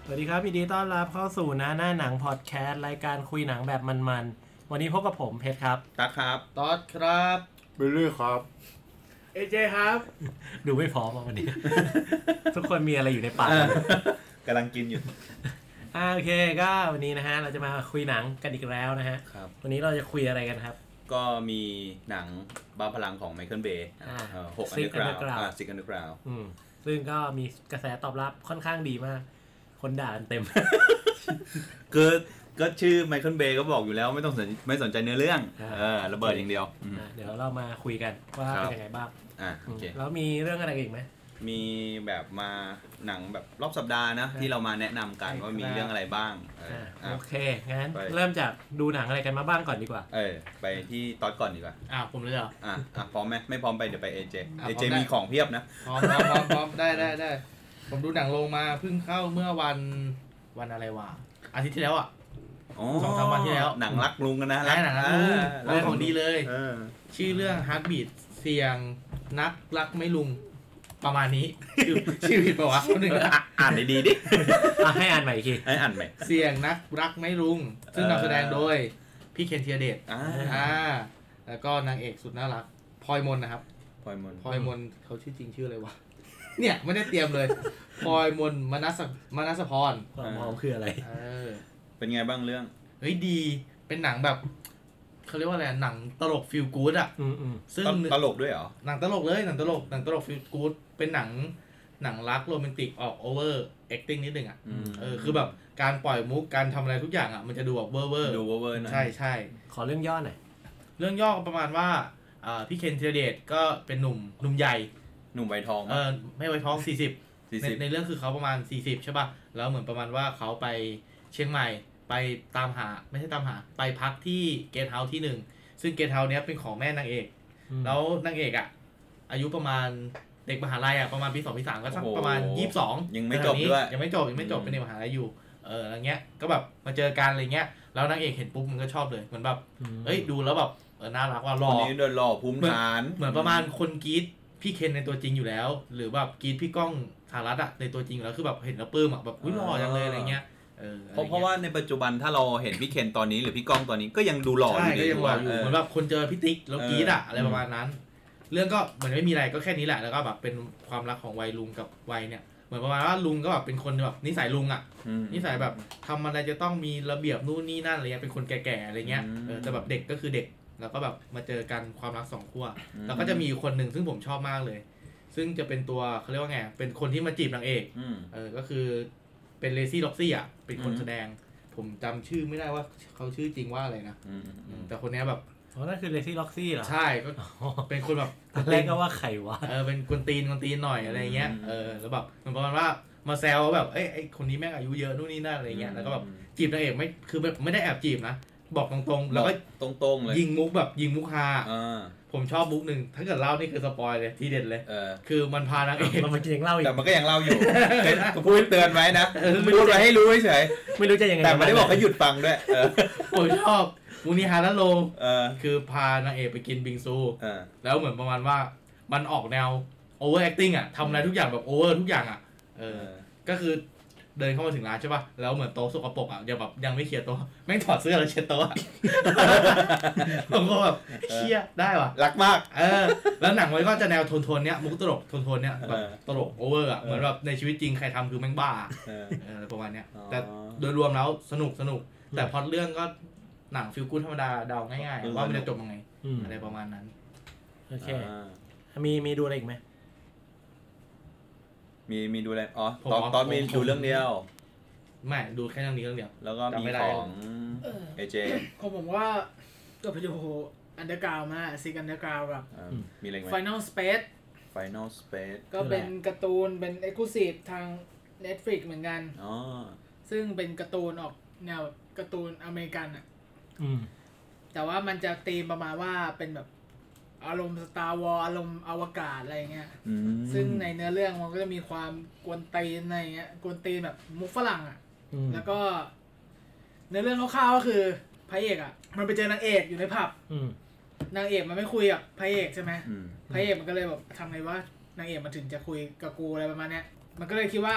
สวัสดีครับยินดีต้อนรับเข้าสู่หน้าหนังพอดแคสต์รายการคุยหนังแบบมันๆวันนี้พบกับผมเพชรครับตั๊กครับต๊อดครับบิลลี่ครับเอเจครับดูไม่พร้อมวันนี้ ทุกคนมีอะไรอยู่ในปากกำลังกินอยู่โอเคก็วันนี้นะฮะเราจะมาคุยหนังกันอีกแล้วนะฮะวันนี้เราจะคุยอะไรกันครับก็มีหนังบ้าพลังของไมเคิลเบย์6 Underground 6 Underground ซึ่งก็มีกระแสตอบรับค่อนข้างดีมากคนด่ากันเต็มก็ชื่อไมเคิลเบย์ก็บอกอยู่แล้วไม่สนใจเนื้อเรื่องระเบิดอย่างเดียวเดี๋ยวเรามาคุยกันว่าเป็นยังไงบ้างโอเคแล้วมีเรื่องอะไรอีกไหมมีแบบมาหนังแบบรอบสัปดาห์นะที่เรามาแนะนำกันว่ามีเรื่องอะไรบ้างโอเคงั้นเริ่มจากดูหนังอะไรกันมาบ้างก่อนดีกว่าไปที่ต๊อดก่อนดีกว่าผมเลยเหรอพร้อมไหมไม่พร้อมไปเดี๋ยวไปเอเจมีของเพียบนะพร้อมได้ผมดูหนังลงมาเพิ่งเข้าเมื่อวันอะไรวะอาทิตย์ที่แล้ว2-3 วันที่แล้วหนังรักลุงกันนะหนังรักลุงเรื่องของดีเลยชื่อเรื่อง Heartbeat เสียงนักรักไม่ลุงประมาณนี้ชื่อผิดป่าววะคนหนึ่งอ่านดีๆดิให้อ่านใหม่อีกทีให้อ่านใหม่เสียงนักรักไม่ลุงซึ่งนำแสดงโดยพี่เคนธีรเดชแล้วก็นางเอกสุดน่ารักพลอยมนนะครับพลอยมนเขาชื่อจริงชื่ออะไรวะเนี่ยไม่ได้เตรียมเลยพลอยมนมนัสพรความพร้อมคืออะไรเป็นไงบ้างเรื่องเฮ้ยดีเป็นหนังแบบเขาเรียกว่าอะไรหนังตลกฟีลกู๊ดซึ่งตลกด้วยเหรอหนังตลกเลยหนังตลกฟีลกู๊ดเป็นหนังรักโรแมนติกออกโอเวอร์แอคติ้งนิดนึงคือแบบการปล่อยมุกการทำอะไรทุกอย่างมันจะดูแบบเวอร์ดูเวอร์หน่อยใช่ขอเรื่องย่อหน่อยเรื่องย่อประมาณว่าพี่เคนธีรเดชก็เป็นหนุ่มใหญ่หนุ่มวัยทองไม่วัยทอง40ในเรื่องคือเขาประมาณ40ใช่ป่ะแล้วเหมือนประมาณว่าเขาไปเชียงใหม่ไปตามหาไม่ใช่ตามหาไปพักที่เกสต์เฮาส์ที่1ซึ่งเกสต์เฮาส์เนี้ยเป็นของแม่นางเอกแล้วนางเอกอายุประมาณเด็กมหาลัยประมาณปี2ปี3ก็สักประมาณ22 ยังไม่จบด้วยยังไม่จบเป็นเด็กมหาลัยอยู่อะไรเงี้ยก็แบบมาเจอกันอะไรเงี้ยแล้วนางเอกเห็นปุ๊บมันก็ชอบเลยเหมือนแบบดูแล้วแบบน่ารักว่าหล่อคนนี้เดินหล่อภูมิฐานเหมือนประมาณคนกรี๊ดพี่เคนในตัวจริงอยู่แล้วหรือแบบกรี๊ดพี่ก้องสหรัฐในตัวจริงแล้วคือแบบเห็นแล้วปลื้มแบบอุ๊ยหล่อจังเลยอะไรเงี้ยเพราะว่าในปัจจุบันถ้าเราเห็นพี่เคนตอนนี้หรือพี่ก้องตอนนี้ก็ยังดูหล่ออยู่ก็ยังหล่ออยู่เหมือนแบบคนเจอพี่ติ๊กแล้วกรี๊ดอะไรประมาณนั้นเรื่องก็เหมือนไม่มีอะไรก็แค่นี้แหละแล้วก็แบบเป็นความรักของวัยลุงกับวัยเนี่ยเหมือนประมาณว่าลุงก็แบบเป็นคนแบบนิสัยลุงนิสัยแบบทำอะไรจะต้องมีระเบียบนู่นนี่นั่นอะไรเงี้ยเป็นคนแก่ๆอะไรเงี้ยแต่แบบเด็กก็คือเด็กแล้วก็แบบมาเจอกันความรัก2ขั้วแล้วก็จะมีคนหนึ่งซึ่งผมชอบมากเลยซึ่งจะเป็นตัวเขาเรียกว่าไงเป็นคนที่มาจีบนางเอกก็คือเป็นเลซี่ล็อกซี่เป็นคนแสดงผมจำชื่อไม่ได้ว่าเขาชื่อจริงว่าอะไรนะแต่คนนี้แบบนั่นคือเลซี่ล็อกซี่เหรอใช่ก็เป็นคนแบบแรกก็ว่าใครวะเป็นกวนตีนหน่อยอะไรเงี้ยแล้วแบบมันประมาณว่ามาแซวแบบไอ้คนนี้แม่งอายุเยอะนู่นนี่นั่นอะไรเงี้ยแล้วก็แบบจีบนางเอกไม่คือแบบไม่ได้แอบจีบนะบอกตรงๆแล้วก็ตรงๆเลยยิงมุกฮาผมชอบมุกหนึ่งถ้าเกิดเล่านี่คือสปอยเลยที่เด็ดเลยคือมันพานางเอกมันยังเล่าอยู่แต่มันก็ยังเล่าอยู่พูดเตือนไว้นะพูดไว้ให้รู้เฉยไม่รู้จะยังไงแต่ไม่ได้บอกให้หยุดฟังด้วยผมชอบมูนิฮาร์โลคือพานางเอกไปกินบิงซูแล้วเหมือนประมาณว่ามันออกแนวโอเวอร์แอคติ้งทำอะไรทุกอย่างแบบโอเวอร์ทุกอย่างก็คือเดินเข้ามาถึงร้านใช่ป่ะแล้วเหมือนโต๊ะสกปรกยังไม่เคลียร์โต๊ะแม่งถอดเสื้อแล้วเช็ดโต๊ะผมก็แบบเชี่ยได้ว่ะรักมากแล้วหนังมันก็จะแนวโทนเนี้ยมุกตลกโทนเนี้ยแบบตลกโอเวอร์เหมือนแบบในชีวิตจริงใครทำคือแม่งบ้าประมาณเนี้ยแต่โดยรวมแล้วสนุกแต่พล็อตเรื่องก็หนังฟีลกู๊ดธรรมดาเดาง่ายๆว่ามันจะจบยังไงอะไรประมาณนั้นโอเคมีดูอะไรอีกไหมมีดูอะไรตอนมีดูเรื่องเดียวไม่ดูแค่เรื่องนี้เรื่องเดียวแล้วก็มีของเอเจของผมว่าก็ไปดูอันเดอร์กราวด์มาซิกอันเดอร์กราวด์กับมีอะไรไหม Final Space ก็เป็นการ์ตูนเป็น Exclusive ทาง Netflix เหมือนกันซึ่งเป็นการ์ตูนออกแนวการ์ตูนอเมริกันแต่ว่ามันจะธีมประมาณว่าเป็นแบบอารมณ์ Star Wars อารมณ์อวกาศอะไรเงี้ยซึ่งในเนื้อเรื่องมันก็จะมีความกวนตีนอะไรเงี้ยกวนตีนแบบมุกฝรั่งแล้วก็ในเรื่องคร่าวๆก็คือพระเอกมันไปเจอนางเอกอยู่ในผับนางเอกมันไม่คุยกับพระเอกใช่ไหมพระเอกมันก็เลยแบบทำไงว่านางเอกมันถึงจะคุยกับกูอะไรประมาณเนี้ยมันก็เลยคิดว่า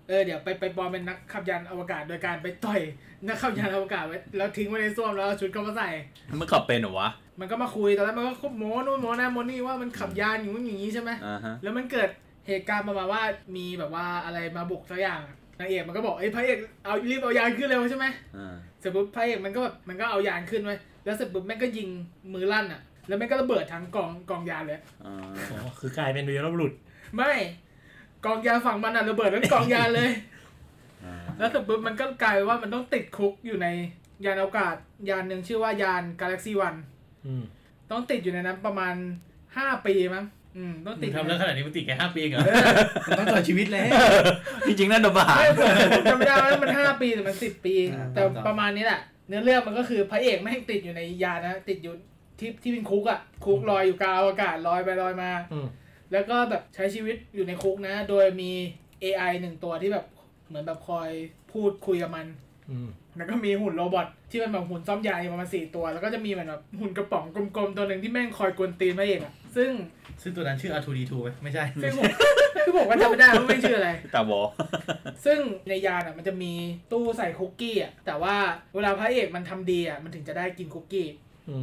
เดี๋ยวไปปลอมเป็นนักขับยานอวกาศโดยการไปต่อยนักขับยานอวกาศไว้แล้วทิ้งไว้ในส้วมแล้วเอาชุดเข้ามาใส่มันขับเป็นเหรอวะมันก็มาคุยตอนแรกมันก็โม้นู่นโม้นั่นโม้นี่ว่ามันขับยานอย่างนู้นอย่างนี้ใช่ไหมแล้วมันเกิดเหตุการณ์ประมาณว่ามีแบบว่าอะไรมาบุกสักอย่างนางเอกมันก็บอกพระเอกเอารีบเอายานขึ้นเร็วใช่ไหมเสร็จปุ๊บพระเอกมันก็เอายานขึ้นไว้แล้วเสร็จปุ๊บแม่งก็ยิงมือลั่นอ่ะแล้วแม่งก็ระเบิดทั้งกองยานเลยคือกลายเป็นวีรบุรุษไม่กองยานฝั่งมันอ่ะระเบิดทั้งกองยานเลยแล้วเสร็จปุ๊บมันก็กลายว่ามันต้องติดคุกอยู่ในยานอวกาศยานหนึ่งชื่อว่ายาน Galaxy 1ต้องติดอยู่ในนั้นประมาณ5 ปีมั้งต้องติดทำเรื่องขนาดนี้มันติดแค่5 ปีเหรอต้องต่อชีวิตแล้วจริงๆน่าจะบ้าจำไม่ได้ว่ามัน5 ปีแต่มัน10 ปีแต่ประมาณนี้แหละเนื้อเรื่องมันก็คือพระเอกไม่ให้ติดอยู่ในยานนะติดอยู่ที่เป็นคุกอ่ะคุกลอยอยู่กลางอากาศลอยไปลอยมาแล้วก็แบบใช้ชีวิตอยู่ในคุกนะโดยมี AI 1 ตัวที่แบบเหมือนแบบคอยพูดคุยกับมันแล้วก็มีหุ่นโรบอทที่มันแบบหุ่นซ่อมยาประมาณ4 ตัวแล้วก็จะมีเหมือนแบบหุ่นกระป๋องกลมๆตัวนึงที่แม่งคอยกวนตีนพระเอกอ่ะซึ่งตัวนั้นชื่อ R2D2 ไหมไม่ใช่ซึ่งผมก็จำไม่ได้ว่าไม่ชื่ออะไรตาบอซึ่งในยานอ่ะมันจะมีตู้ใส่คุกกี้อ่ะแต่ว่าเวลาพระเอกมันทำดีอ่ะมันถึงจะได้กินคุกกี้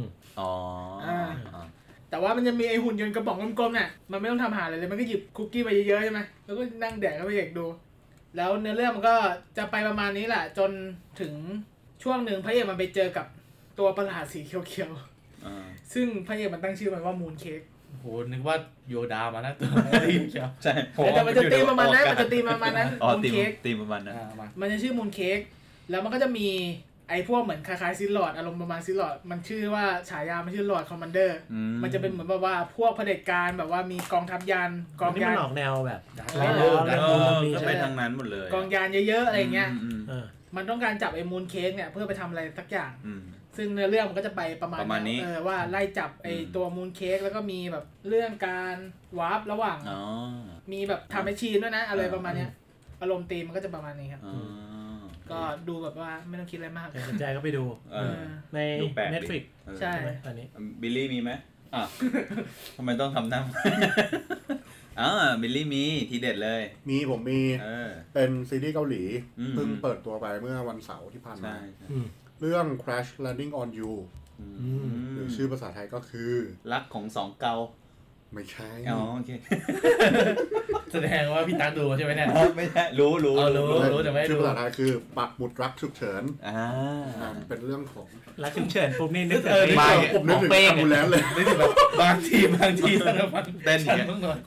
แต่ว่ามันจะมีไอหุ่นยนต์กระป๋องกลมๆเนี่ยมันไม่ต้องทำอาหารเลยมันก็หยิบคุกกี้มาเยอะๆใช่ไหมแล้วก็นั่งแดกให้พระเอกดูแล้วเนื้อเรื่องมันก็จะไปประมาณนี้แหละจนถึงช่วงหนึ่งพระเอกมันไปเจอกับตัวประหลาดสีเขียวๆซึ่งพระเอกมันตั้งชื่อมันว่ามูนเค้กโหนึกว่าโยดามานะตัวเขียวใช่แต่มันจะตีประมาณนั้นมันจะตีประมาณนั้นมูนเค้กตีประมาณนั้นมันจะชื่อมูนเค้กแล้วมันก็จะมีไอ้พวกเหมือนคล้ายๆซิลลอร์ดอารมณ์ประมาณซิลลอร์ดมันชื่อว่าฉายามันชื่อลอร์ดคอมมานเดอร์มันจะเป็นเหมือนแบบว่าพวกเผด็จการแบบว่ามีกองทัพยานกองยานออกแนวแบบก็ไปทางนั้นหมดเลยกองยานเยอะๆอะไรเงี้ยมันต้องการจับไอ้มูนเค้กเนี่ยเพื่อไปทำอะไรสักอย่างซึ่งในเรื่องมันก็จะไปประมาณนี้ว่าไล่จับไอ้ตัวมูนเค้กแล้วก็มีแบบเรื่องการวาร์ประหว่างมีแบบทำแมชชีนด้วยนะอะไรประมาณนี้อารมณ์ตีมันก็จะประมาณนี้ครับก็ดูแบบว่าไม่ต้องคิดอะไรมากสนใจก็ไปดูใน Netflix ใช่ตอนนี้บิลลี่มีไหมทำไมต้องทำหน้าบิลลี่มีทีเด็ดเลยผมมีเป็นซีรีส์เกาหลีเพิ่งเปิดตัวไปเมื่อวันเสาร์ที่ผ่านมาเรื่อง Crash Landing on You หรือชื่อภาษาไทยก็คือรักของ2 เกาไม่ใช่โอเคแสดงว่าพี่ตั๊กดูใช่ไหมเนี่ยไม่ใช่รู้แต่ไม่ชื่อภาษาไทยคือปักหมุดรักฉุกเฉินเป็นเรื่องของรักฉุกเฉินปุ๊บนี่นึกถึงผมนึกถึงแอมบูแลนซ์เลยนึกถึงแบบบางทีสารพัดเต้นอย่างเงี้ย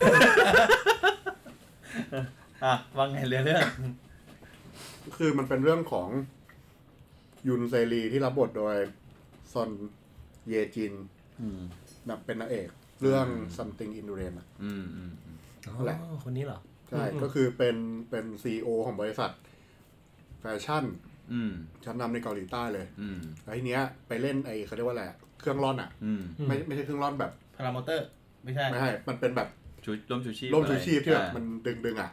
ว่าไงเรื่องคือมันเป็นเรื่องของยุนเซรีที่รับบทโดยซอนเยจินแบบเป็นนางเอกเรื่อง Something in the Rain แหละคนนี้เหรอใช่ก็คือเป็น CEO ของบริษัทแฟชั่นชั้นนำในเกาหลีใต้เลยแล้วทีเนี้ยไปเล่นเขาเรียกว่าอะไรเครื่องร่อนไม่ใช่เครื่องร่อนแบบพารามอเตอร์ไม่ใช่มันเป็นแบบร่มชูชีพที่แบบมันดึง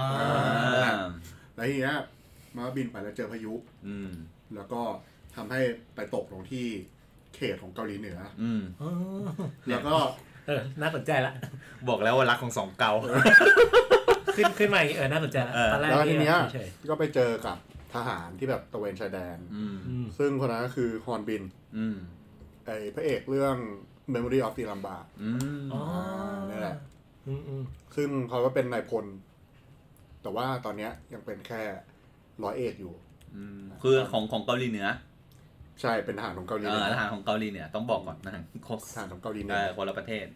แล้วทีเนี้ยมาบินไปแล้วเจอพายุแล้วก็ทำให้ไปตกลงที่เขตของเกาหลีเหนือแล้วก็น่าสนใจละบอกแล้วว่ารักของ2 เกาขึ้นมาน่าสนใจละตอนแรกทีเนี้ยก็ไปเจอกับทหารที่แบบตะเวนชายแดนซึ่งคนนั้นก็คือฮอนบินพระเอกเรื่อง Memory of the Lamba นี่แหละซึ่งเขาก็เป็นนายพลแต่ว่าตอนนี้ยังเป็นแค่ร้อยเอกอยู่คือของเกาหลีเหนือใช่เป็นทหารของเกาหลีเหนือทหารของเกาหลีเหนือต้องบอกก่อนทหารของเกาหลีเหนือคนละประเทศ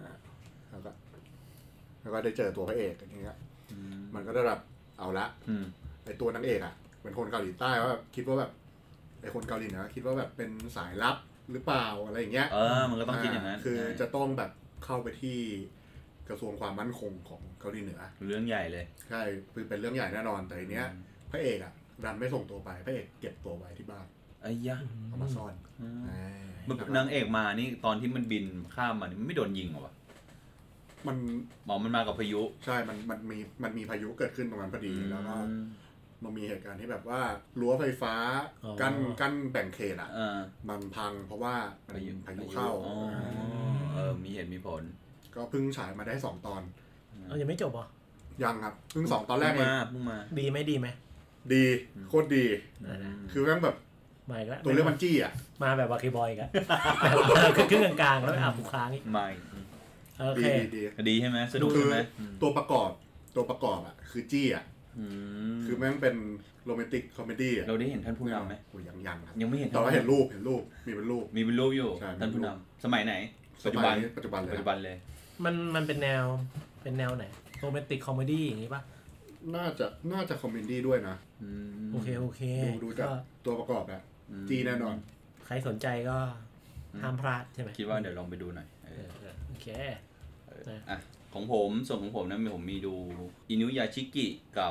แล้วก็ได้เจอตัวพระเอกอย่างเงี้ยมันก็ได้แบบเอาละไอตัวนางเอกอ่ะเป็นคนเกาหลีใต้ว่าคิดว่าแบบไอคนเกาหลีเหนือคิดว่าแบบเป็นสายลับหรือเปล่าอะไรอย่างเงี้ยมันก็ต้องคิดอย่างนั้นคือจะต้องแบบเข้าไปที่กระทรวงความมั่นคงของเกาหลีเหนือเรื่องใหญ่เลยใช่คือเป็นเรื่องใหญ่แน่นอนแต่ทีเนี้ยพระเอกอ่ะดันไม่ส่งตัวไปพระเอกเก็บตัวไว้ที่บ้านเอามาซ่อนนางเอกมานี่ตอนที่มันบินข้ามมันไม่โดนยิงหรอวะมันมากับพายุใช่มันมีพายุเกิดขึ้นตรงนั้นพอดีแล้วก็มันมีเหตุการณ์ที่แบบว่ารั้วไฟฟ้ากั้นแบ่งเขตมันพังเพราะว่าพายุเข้ามีเหตุมีผลก็เพิ่งฉายมาได้2 ตอนยังไม่จบเหรอยังครับเพิ่ง2ตอนแรกเองมาดีไหมดีโคตรดีคือแม่งแบบตัวเรื่องมันจี้อ่ะมาแบบวาคิบอยกันแบบครึ่งกลางๆแล้วไม่ผู้ค้างอีกไม่โอเคดีใช่ไหมสนุกใช่ไหมตัวประกอบอ่ะคือจี้อ่ะคือแม่งเป็นโรแมนติกคอมเมดี้อ่ะเราได้เห็นท่านผู้นำไหมยังครับยังไม่เห็นตอนเราเห็นรูปมีเป็นรูปอยู่ท่านผู้นำสมัยไหนปัจจุบันเลยมันเป็นแนวไหนโรแมนติกคอมเมดี้อย่างนี้ป่ะน่าจะคอมเมดี้ด้วยนะโอเคดูจากตัวประกอบอะจี้แน่นอนใครสนใจก็ห้ามพลาดใช่ไหมคิดว่าเดี๋ยวลองไปดูหน่อยโอเคอ่ะของผมส่วนของผมนะผมมีดูอินุยาชิกิกับ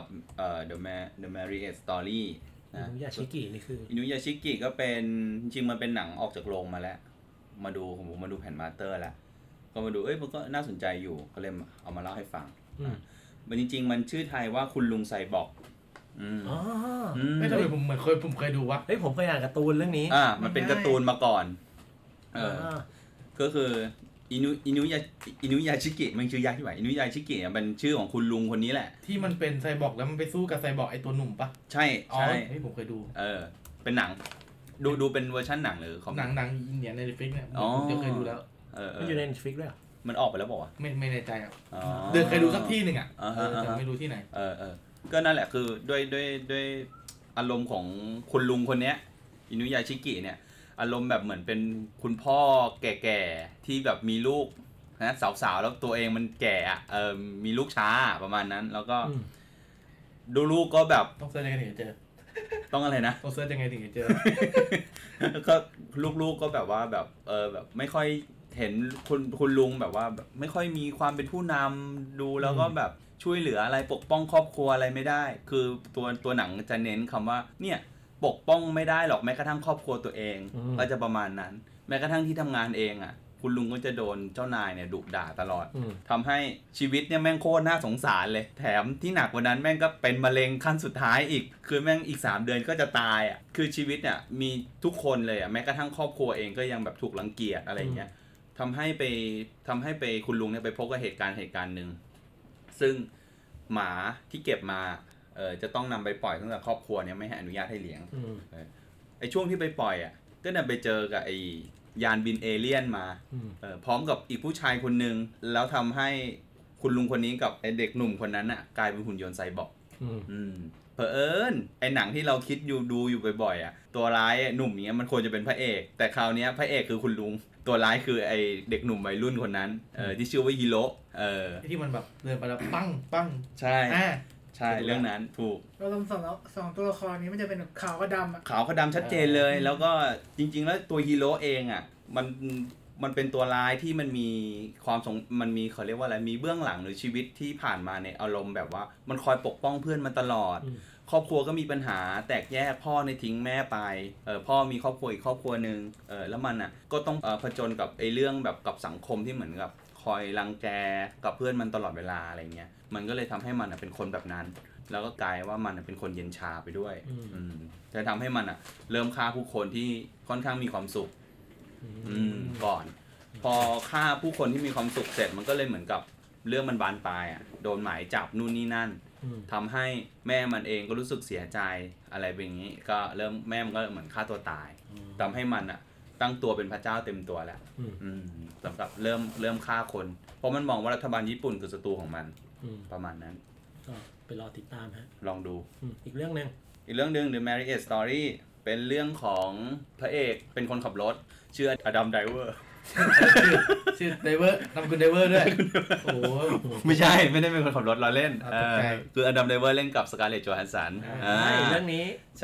The Marriage Story อินุยาชิกินี่คืออินุยาชิกิก็เป็นจริงๆมันเป็นหนังออกจากโรงมาแล้วมาดูแผ่นมาสเตอร์แล้วก็มาดูมันก็น่าสนใจอยู่ก็เลยเอามาเล่าให้ฟังมันจริงๆมันชื่อไทยว่าคุณลุงไซบอร์กไม่ทำไมผมเคยดูวะผมเคยอ่านการ์ตูนเรื่องนี้มันเป็นการ์ตูนมาก่อนก็คืออินุยาชิกิมันชื่อยากที่ไหนอินุยาชิกิเป็นชื่อของคุณลุงคนนี้แหละที่มันเป็นไซบอร์กแล้วมันไปสู้กับไซบอร์กไอตัวหนุ่มปะใช่ผมเคยดูเป็นหนังดูเป็นเวอร์ชันหนังหรือหนังอินเดียใน Netflix เนี่ยผมเคยดูแล้วมันอยู่ใน Netflix ด้วยมันออกไปแล้วบอกว่าไม่ในใจอ่ะเคยดูสักที่นึงอ่ะแต่ไม่รู้ที่ไหนก็นั่นแหละคือด้วยอารมณ์ของคุณลุงคนนี้อินุยาชิกิเนี่ยอารมณ์แบบเหมือนเป็นคุณพ่อแก่ๆที่แบบมีลูกนะสาวๆแล้วตัวเองมันแก่มีลูกช้าประมาณนั้นแล้วก็ดูลูกก็แบบต้องเซิร์ชยังไงถึงจะเจอต้องอะไรนะต้องเซิร์ชยังไงถึงจะเจอก็ลูกๆก็แบบว่าแบบแบบไม่ค่อยเห็นคุณลุงแบบว่าแบบไม่ค่อยมีความเป็นผู้นำดูแล้วก็แบบช่วยเหลืออะไรปกป้องครอบครัวอะไรไม่ได้คือตัวหนังจะเน้นคำว่าเนี่ยปกป้องไม่ได้หรอกแม้กระทั่งครอบครัวตัวเองก็จะประมาณนั้นแม้กระทั่งที่ทำงานเองอ่ะคุณลุงก็จะโดนเจ้านายเนี่ยดุด่าตลอดทำให้ชีวิตเนี่ยแม่งโคตรน่าสงสารเลยแถมที่หนักกว่านั้นแม่งก็เป็นมะเร็งขั้นสุดท้ายอีกคือแม่งอีก3เดือนก็จะตายอ่ะคือชีวิตเนี่ยมีทุกคนเลยอ่ะแม้กระทั่งครอบครัวเองก็ยังแบบถูกรังเกียจอะไรเงี้ยทำให้ไปคุณลุงเนี่ยไปพบกับเหตุการณ์หนึ่งซึ่งหมาที่เก็บมาจะต้องนำไปปล่อยตั้งแต่ครอบครัวเนี่ยไม่ให้อนุญาตให้เลี้ยงไอ้ช่วงที่ไปปล่อยอ่ะก็นำไปเจอกับไอ้ยานบินเอเลี่ยนมาพร้อมกับอีกผู้ชายคนนึงแล้วทำให้คุณลุงคนนี้กับไอ้เด็กหนุ่มคนนั้นอ่ะกลายเป็นหุ่นยนต์ไซบอร์กเผอิญไอ้หนังที่เราคิดดูอยู่บ่อยๆอ่ะตัวร้ายหนุ่มเนี้ยมันควรจะเป็นพระเอกแต่คราวนี้พระเอกคือคุณลุงตัวร้ายคือไอ้เด็กหนุ่มวัยรุ่นคนนั้นที่ชื่อว่าฮิโร่ที่มันแบบเดินไปแล้วปั้งใช่เรื่องนั้นถูกเราต้องสองตัวละครนี้มันจะเป็นขาวกับดำขาวกับดำชัดเจนเลยแล้วก็จริงๆแล้วตัวฮีโร่เองอ่ะมันเป็นตัวร้ายที่มันมีมันมีเขาเรียกว่าอะไรมีเบื้องหลังหรือชีวิตที่ผ่านมาในอารมณ์แบบว่ามันคอยปกป้องเพื่อนมันตลอดครอบครัวก็มีปัญหาแตกแยกพ่อในทิ้งแม่ไปพ่อมีครอบครัวอีกครอบครัวนึงแล้วมันอ่ะก็ต้องผจญกับไอ้เรื่องแบบกับสังคมที่เหมือนกับคอยรังแกกับเพื่อนมันตลอดเวลาอะไรเงี้ยมันก็เลยทำให้มันเป็นคนแบบนั้นแล้วก็กลายว่ามันเป็นคนเย็นชาไปด้วยจะทำให้มันเริ่มฆ่าผู้คนที่ค่อนข้างมีความสุขก่อนพอฆ่าผู้คนที่มีความสุขเสร็จมันก็เลยเหมือนกับเรื่องมันบานปลายโดนหมายจับนู่นนี่นั่นทำให้แม่มันเองก็รู้สึกเสียใจอะไรแบบนี้ก็เริ่มแม่มันก็เหมือนฆ่าตัวตายทำให้มันตั้งตัวเป็นพระเจ้าเต็มตัวแล้วสำหรับเริ่มฆ่าคนเพราะมันมองว่ารัฐบาลญี่ปุ่นคือศัตรูของมันประมาณนั้นก็ไปรอติดตามฮะลองดูอีกเรื่องนึง The Marriage Story เป็นเรื่องของพระเอกเป็นคนขับรถชื่ออดัมไดเวอร์ชื่อไดเวอร์นำคุณไดเวอร์ด้วยโอ้ไม่ใช่ไม่ได้เป็นคนขับรถเราเล่นคืออดัมไดเวอร์เล่นกับสการ์เล็ตโจฮันสันเรื่องนี้ใช่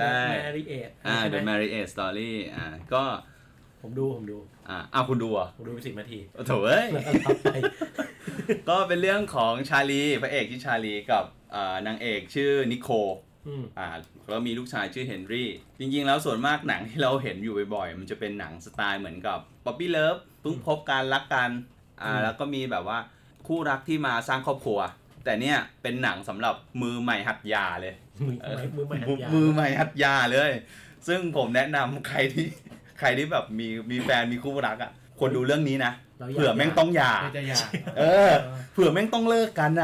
The Marriage Story ก็ผมดูคุณดูผมดูไป10 นาทีโถ่เอ้ยก็เป็นเรื่องของชาลีพระเอกชื่อชาลีกับนางเอกชื่อนิโคแล้วมีลูกชายชื่อเฮนรี่จริงๆแล้วส่วนมากหนังที่เราเห็นอยู่บ่อยๆมันจะเป็นหนังสไตล์เหมือนกับป๊อปปี้เลิฟเพิ่งพบกันรักกันแล้วก็มีแบบว่าคู่รักที่มาสร้างครอบครัวแต่เนี่ยเป็นหนังสำหรับมือใหม่หัดยาเลยมือใหม่หัดยาเลยซึ่งผมแนะนำใครที่แบบมีแฟนมีคู่รักควรดูเรื่องนี้นะเผื่อแม่งต้องหย่าเผื่อแม่งต้องเลิกกัน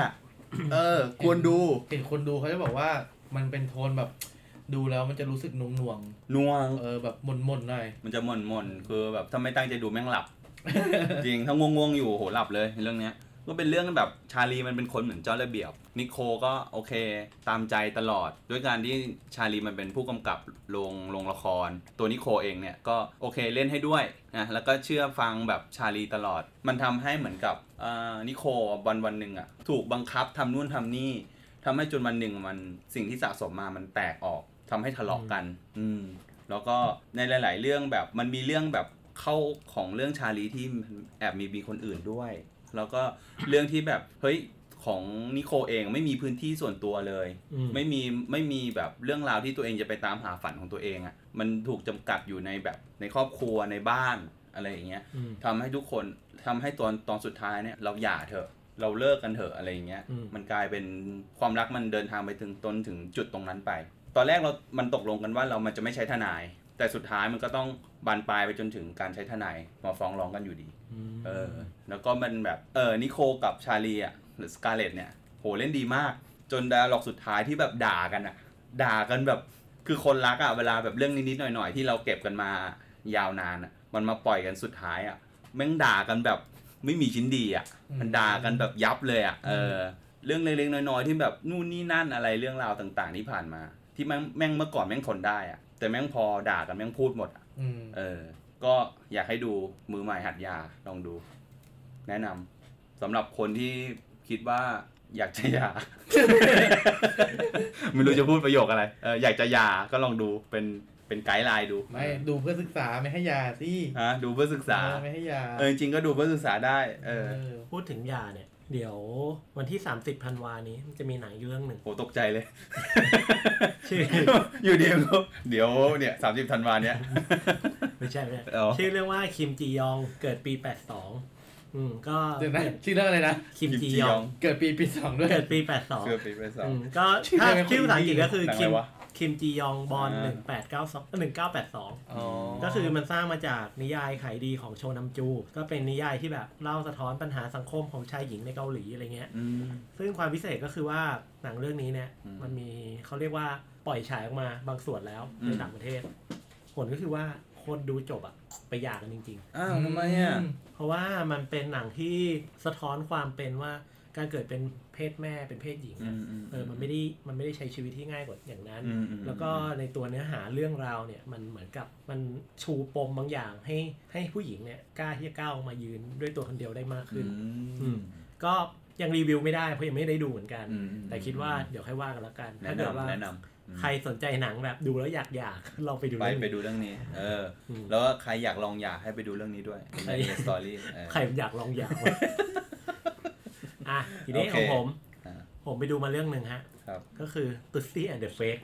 ควรดูเห็นคนดูเขาจะบอกว่ามันเป็นโทนแบบดูแล้วมันจะรู้สึกน่วงแบบหม่นๆหน่อยมันจะหม่นคือแบบถ้าไม่ตั้งใจดูแม่งหลับ จริงถ้าง่วงๆอยู่โหหลับเลยเรื่องเนี้ยก็เป็นเรื่องแบบชาลีมันเป็นคนเหมือนเจ้าระเบียบนิโคก็โอเคตามใจตลอดด้วยการที่ชาลีมันเป็นผู้กำกับโรงละครตัวนิโคเองเนี่ยก็โอเคเล่นให้ด้วยนะแล้วก็เชื่อฟังแบบชาลีตลอดมันทำให้เหมือนกับนิโควันหนึ่งอ่ะถูกบังคับทำนู่นทำนี่ทำให้จนวันหนึ่งมันสิ่งที่สะสมมามันแตกออกทำให้ทะเลาะกันแล้วก็ในหลายๆเรื่องแบบมันมีเรื่องแบบเข้าของเรื่องชาลีที่แอบมีคนอื่นด้วยแล้วก็เรื่องที่แบบเฮ้ยของนิโคเองไม่มีพื้นที่ส่วนตัวเลยไม่มีแบบเรื่องราวที่ตัวเองจะไปตามหาฝันของตัวเองอ่ะมันถูกจำกัดอยู่ในแบบในครอบครัวในบ้านอะไรอย่างเงี้ยทำให้ทุกคนทำให้ตอนสุดท้ายเนี่ยเราหย่าเถอะเราเลิกกันเถอะอะไรอย่างเงี้ยมันกลายเป็นความรักมันเดินทางไปถึงจุดตรงนั้นไปตอนแรกมันตกลงกันว่ามันจะไม่ใช้ทนายแต่สุดท้ายมันก็ต้องบานปลายไปจนถึงการใช้ทนายมาฟ้องร้องกันอยู่ดีแล้วก็มันแบบนิโคกับชาลีอ่ะหรือสการ์เล็ตเนี่ยโหเล่นดีมากจนไดอะล็อกสุดท้ายที่แบบด่ากันแบบคือคนรักอ่ะเวลาแบบเรื่องนิดๆหน่อยๆที่เราเก็บกันมายาวนานอ่ะมันมาปล่อยกันสุดท้ายอ่ะแม่งด่ากันแบบไม่มีชิ้นดีอ่ะมันด่ากันแบบยับเลยอ่ะเรื่องเล็กๆน้อยๆที่แบบนู่นนี่นั่นอะไรเรื่องราวต่างๆที่ผ่านมาที่แม่งเมื่อก่อนแม่งทนได้อ่ะแต่แม่งพอด่ากันแม่งพูดหมดอ่ะก็อยากให้ดูมือใหม่หัดยาลองดูแนะนำสำหรับคนที่คิดว่าอยากจะหย่า ไม่รู้จะพูดประโยคอะไรอยากจะหย่าก็ลองดูเป็นไกด์ไลน์ดูไม่ดูเพื่อศึกษาไม่ให้หย่าสิดูเพื่อศึกษาไม่ให้หย่าจริงๆก็ดูเพื่อศึกษาได้พูดถึงหย่าเนี่ยเดี๋ยววันที่30ธันวานี้มันจะมีหนังเรื่องหนึ่งโอ้ตกใจเลยชื่ออยู่เดียวเนี่ย30ธันวาเนี้ยไม่ใช่ชื่อเรื่องว่าคิมจียองเกิดปี82ก็เดี๋ยวนะชื่อเรื่องอะไรนะคิมจียองเกิดปี2ด้วยเกิดปี82ก็ถ้าชื่อภาษาอังกฤษก็คือคิมจียองบอน1982ก็คือมันสร้างมาจากนิยายขายดีของโชนัมจูก็เป็นนิยายที่แบบเล่าสะท้อนปัญหาสังคมของชายหญิงในเกาหลีอะไรเงี้ยซึ่งความพิเศษก็คือว่าหนังเรื่องนี้เนี่ยมันมีเขาเรียกว่าปล่อยฉายออกมาบางส่วนแล้วในต่างประเทศผลก็คือว่าคนดูจบอะไปหย่ากันจริงๆทำไมอ่ะเพราะว่ามันเป็นหนังที่สะท้อนความเป็นว่าการเกิดเป็นเพศแม่เป็นเพศหญิงมันไม่ได้ใช้ชีวิตที่ง่ายกว่าอย่างนั้นแล้วก็ในตัวเนื้อหาเรื่องราวเนี่ยมันเหมือนกับมันชูปมบางอย่างให้ผู้หญิงเนี่ยกล้าที่จะก้าวมายืนด้วยตัวคนเดียวได้มากขึ้นก็ยังรีวิวไม่ได้เพราะยังไม่ได้ดูเหมือนกันแต่คิดว่าเดี๋ยวค่อยว่ากันแล้วกันถ้าเกิดว่าใครสนใจหนังแบบดูแล้วอยากเราไปดูเรื่องนี้แล้วก็ใครอยากลองอยากให้ไปดูเรื่องนี้ด้วยในสตอรี่ใครอยากลองอยากทีนี้ของผมไปดูมาเรื่องนึงฮะก็คือ Tussy and the Fake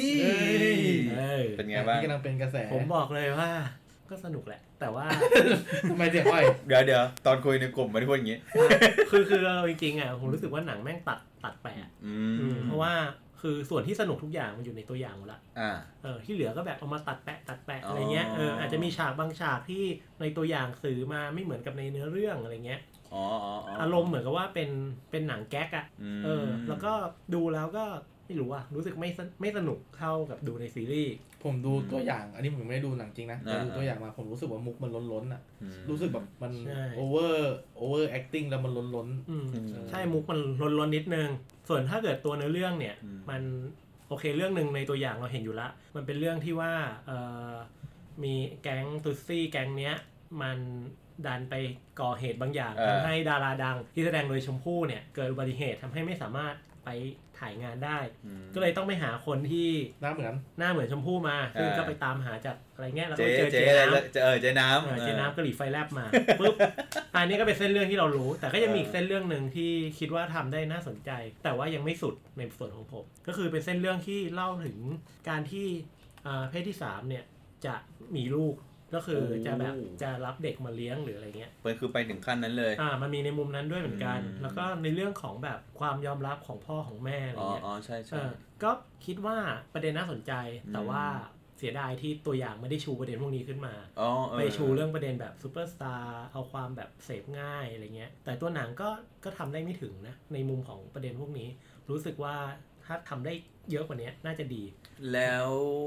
เป็นไงบ้างกำลังเป็นกระแสผมบอกเลยว่าก็สนุกแหละแต่ว่าทำไมเสียงอ้อยเดี๋ยวตอนคุยในกลุ่มไม่ได้พูดอย่างงี้คือจริงๆอ่ะผมรู้สึกว่าหนังแม่งตัดแปะเพราะว่าคือส่วนที่สนุกทุกอย่างมันอยู่ในตัวอย่างหมดละที่เหลือก็แบบเอามาตัดแปะอะไรเงี้ยอาจจะมีฉากบางฉากที่ในตัวอย่างสื่อมาไม่เหมือนกับในเนื้อเรื่องอะไรเงี้ยอารมณ์เหมือนกับว่าเป็นหนังแก๊กอ่ะแล้วก็ดูแล้วก็ไม่รู้ว่ารู้สึกไม่สนุกเท่ากับดูในซีรีส์ผมดูตัวอย่างอันนี้ผมไม่ได้ดูหนังจริงนะแต่ดูตัวอย่างมาผมรู้สึกว่ามุกมันล้นๆอ่ะรู้สึกแบบมันโอเวอร์แอคติ้งแล้วมันล้นใช่มุกมันล้นนิดนึงส่วนถ้าเกิดตัวเนื้อเรื่องเนี่ยมันโอเคเรื่องนึงในตัวอย่างเราเห็นอยู่ละมันเป็นเรื่องที่ว่ามีแก๊งตุซี่แก๊งเนี้ยมันดันไปก่อเหตุบางอย่างทำให้ดาราดังที่แสดงโดยชมพู่เนี่ยเกิดอุบัติเหตุทำให้ไม่สามารถไปถ่ายงานได้ก็เลยต้องไปหาคนที่หน้าเหมือนชมพู่มาซึ่งก็ไปตามหาจากอะไรเงี้ยแล้วก็เจอเจ๊น้ำเจ๊น้ำก็หลีไฟแลบมาปุ๊บอันนี้ก็เป็นเส้นเรื่องที่เรารู้แต่ก็ยังมีอีกเส้นเรื่องนึงที่คิดว่าทำได้น่าสนใจแต่ว่ายังไม่สุดในส่วนของผมก็คือเป็นเส้นเรื่องที่เล่าถึงการที่เพศที่3เนี่ยจะมีลูกก็คือจะรับเด็กมาเลี้ยงหรืออะไรเงี้ยมันคือไปถึงขั้นนั้นเลยมันมีในมุมนั้นด้วยเหมือนกันแล้วก็ในเรื่องของแบบความยอมรับของพ่อของแม่อะไรเงี้ยใช่ก็คิดว่าประเด็นน่าสนใจแต่ว่าเสียดายที่ตัวอย่างไม่ได้ชูประเด็นพวกนี้ขึ้นมาไปชูเรื่องประเด็นแบบซูเปอร์สตาร์เอาความแบบเสพง่ายอะไรเงี้ยแต่ตัวหนังก็ทำได้ไม่ถึงนะในมุมของประเด็นพวกนี้รู้สึกว่าถ้าทำได้เยอะกว่านี้น่าจะดีแล้ว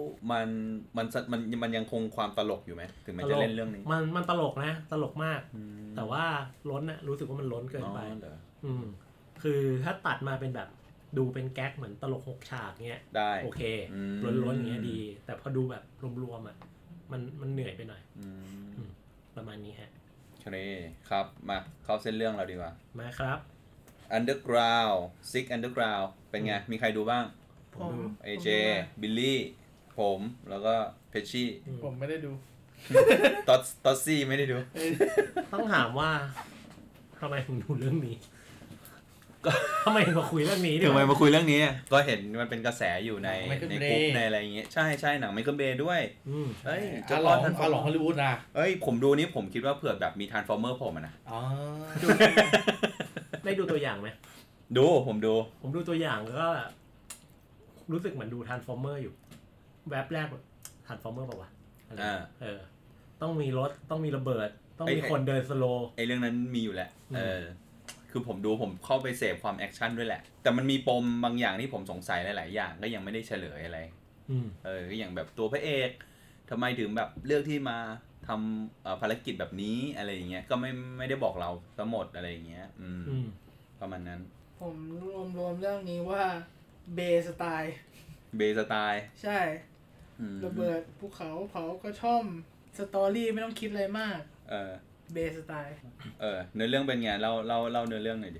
มันยังคงความตลกอยู่ไหมถึงแม้จะเล่นเรื่องนี้มันตลกนะตลกมากแต่ว่าล้นนะรู้สึกว่ามันล้นเกินไปคือถ้าตัดมาเป็นแบบดูเป็นแก๊กเหมือนตลก6ฉากเงี้ยได้โอเคล้นๆอย่างเงี้ยดีแต่พอดูแบบรวมๆอ่ะมันเหนื่อยไปหน่อยประมาณนี้ฮะโอเคครับมาเข้าเส้นเรื่องเราดีกว่ามาครับ Underground Six Underground เป็นไงมีใครดูบ้างผม AJ บิลลี่ผมแล้วก็เพชชี่ผมไม่ได้ดูตอสซี่ไม่ได้ดูต้องถามว่าทำไมถึงดูเรื่องนี้ทำไมมาคุยเรื่องนี้ทำไมมาคุยเรื่องนี้ก็เห็นมันเป็นกระแสอยู่ในกลุ่มในอะไรอย่างเงี้ยใช่หนังไมเคิลเบย์ด้วยเฮ้ยจะรอทันฟ้าหลงฮอลลีวูดนะเอ้ยผมดูนี้ผมคิดว่าเผื่อแบบมีทรานส์ฟอร์เมอร์ผมนะอ๋อได้ดูตัวอย่างไหมผมดูตัวอย่างก็รู้สึกเหมือนดูทรานส์ฟอร์เมอร์อยู่แวบแรกทรานส์ฟอร์เมอร์ป่าววะต้องมีรถต้องมีระเบิดต้องมีคนเดินสโลว์ไอ้เรื่องนั้นมีอยู่แหละคือผมเข้าไปเสพความแอคชั่นด้วยแหละแต่มันมีปมบางอย่างที่ผมสงสัยหลายๆอย่างก็ยังไม่ได้เฉลยอะไรก็อย่างแบบตัวพระเอกทำไมถึงแบบเลือกที่มาทำภารกิจแบบนี้อะไรอย่างเงี้ยก็ไม่ได้บอกเราทั้งหมดอะไรอย่างเงี้ยประมาณนั้นผมรวมเรื่องนี้ว่าเบสไตล์ใช่ระเบิดภูเขาเผากระท่อมสตอรี่ไม่ต้องคิดอะไรมากเบสไตล์เนื้อเรื่องเป็นไงเล่าเนื้อเรื่องหน่อยดิ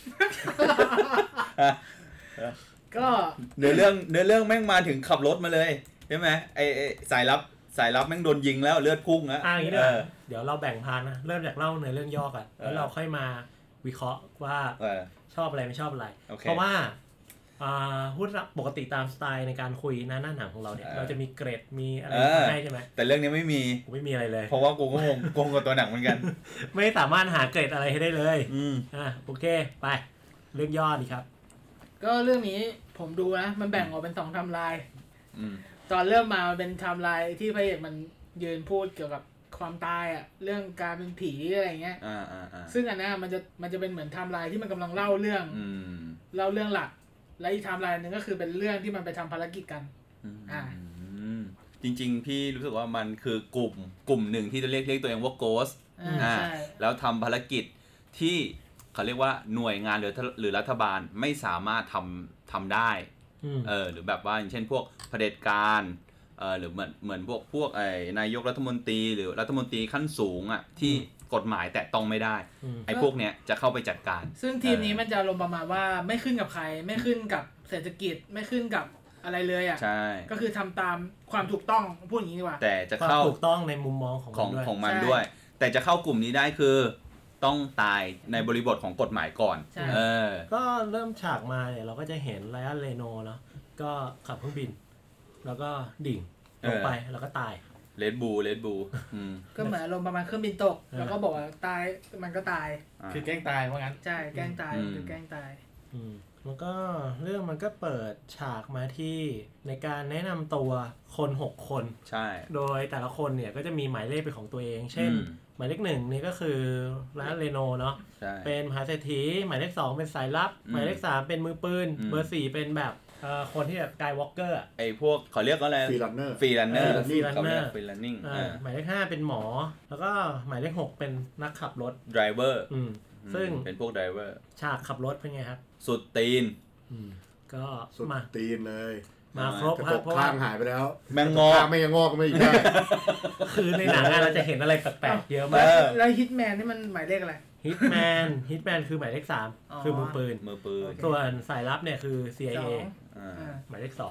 ก็เนื้อเรื่องแม่งมาถึงขับรถมาเลยใช่ไหมไอสายลับแม่งโดนยิงแล้วเลือดพุ่งแล้วอย่างนี้เดี๋ยวเราแบ่งพาร์ทนะเริ่มจากเล่าเนื้อเรื่องย่อก่อนแล้วเราค่อยมาวิเคราะห์ว่าชอบอะไรไม่ชอบอะไรเพราะว่าพูดปกติตามสไตล์ในการคุยหน้าหนังของเราเนี่ยเราจะมีเกรดมีอะไรให้ใช่ไหมแต่เรื่องนี้ไม่มีอะไรเลยเพราะว่ากูก็งงกับตัวหนังเหมือนกันไม่สามารถหาเกรดอะไรให้ได้เลยโอเคไปเรื่องย่อดีครับก็เรื่องนี้ผมดูนะมันแบ่งออกเป็น2ไทม์ไลน์ตอนเริ่มมาเป็นไทม์ไลน์ที่พระเอกมันยืนพูดเกี่ยวกับความตายเรื่องการเป็นผีอะไรเงี้ยซึ่งอันนั้นมันจะเป็นเหมือนไทม์ไลน์ที่มันกำลังเล่าเรื่องหลักและอีกไทม์ไลน์นึงก็คือเป็นเรื่องที่มันไปทำภารกิจกันจริงๆพี่รู้สึกว่ามันคือกลุ่มหนึ่งที่จะเรียกตัวเองว่า Ghost แล้วทำภารกิจที่เขาเรียกว่าหน่วยงานหรือรัฐบาลไม่สามารถทำได้หรือแบบว่าอย่างเช่นพวกเผด็จการหรือเหมือนพวกนายกรัฐมนตรีหรือรัฐมนตรีขั้นสูงที่กฎหมายแตะต้องไม่ได้ไอ้พวกเนี้ยจะเข้าไปจัดการซึ่งทีมนี้มันจะลงประมาณว่าไม่ขึ้นกับใครไม่ขึ้นกับเศรษฐกิจไม่ขึ้นกับอะไรเลยใช่ก็คือทำตามความถูกต้องพูดอย่างนี้ดีกว่าแต่จะเข้าถูกต้องในมุมมองของมันด้วยแต่จะเข้ากลุ่มนี้ได้คือต้องตายในบริบทของกฎหมายก่อนก็เริ่มฉากมาเนี่ยเราก็จะเห็นไลออนเรโนเนาะก็ขับเครื่องบินแล้วก็ดิ่งลงไปแล้วก็ตายเลดบูก็เหมือนลงประมาณเครื่องบินตกแล้วก็บอกว่าตายมันก็ตายคือแกล้งตายเพราะงั้นใช่แกล้งตายคือแกล้งตายแล้วก็เรื่องมันก็เปิดฉากมาที่ในการแนะนำตัวคน6คนใช่โดยแต่ละคนเนี่ยก็จะมีหมายเลขเป็นของตัวเองเช่นหมายเลข1นี่ก็คือไลออนเรโนเนาะเป็นมหาเศรษฐีหมายเลข2เป็นสายลับหมายเลข3เป็นมือปืนเบอร์4เป็นแบบคนที่แบบกายวอล์กเกอร์ไอ้พวกเขาเรียกว่าอะไรฟรีรันเนอร์ฟรีรันเนอร์หมายเลข5เป็นหมอแล้วก็หมายเลข6เป็นนักขับรถไดรเวอร์ซึ่งเป็นพวกไดรเวอร์ฉากขับรถเป็นไงครับสุดตีนก็สุดตีนเลยมาครบครับเพราะว่าข้างหายไปแล้วแมงงอไม่ยังงอกก็ไม่ได้คือในหนังเราจะเห็นอะไรแปลกๆเยอะมากแล้วฮิตแมนนี่มันหมายเลขอะไรฮิตแมนคือหมายเลข3คือมือปืนส่วนสายลับเนี่ยคือ CIA หมายเลข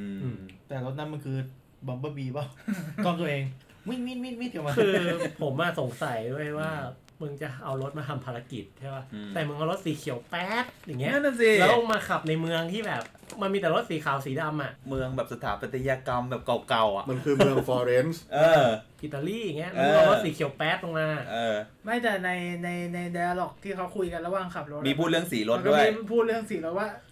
2 แต่รถนั้นมันคือบัมเบอร์บีป่ะกล้องตัวเองวิ่งเกี่ยวมาคือผมสงสัยด้วยว่ามึงจะเอารถมาทำภารกิจใช่ป่ะแต่มึงเอารถสีเขียวแป๊ดอย่างเงี้ยแล้วมาขับในเมืองที่แบบมันมีแต่รถสีขาวสีดำเมืองแบบสถาปัตยกรรมแบบเก่าๆมันคือเมืองฟลอเรนซ์อิตาลีอย่างเงี้ยมึงเอารถสีเขียวแป๊ดตรงมาไม่แต่ใน dialog ที่เขาคุยกันระหว่างขับรถมีพูดเรื่องสีรถด้วยมีพูดเรื่องสีรถว่า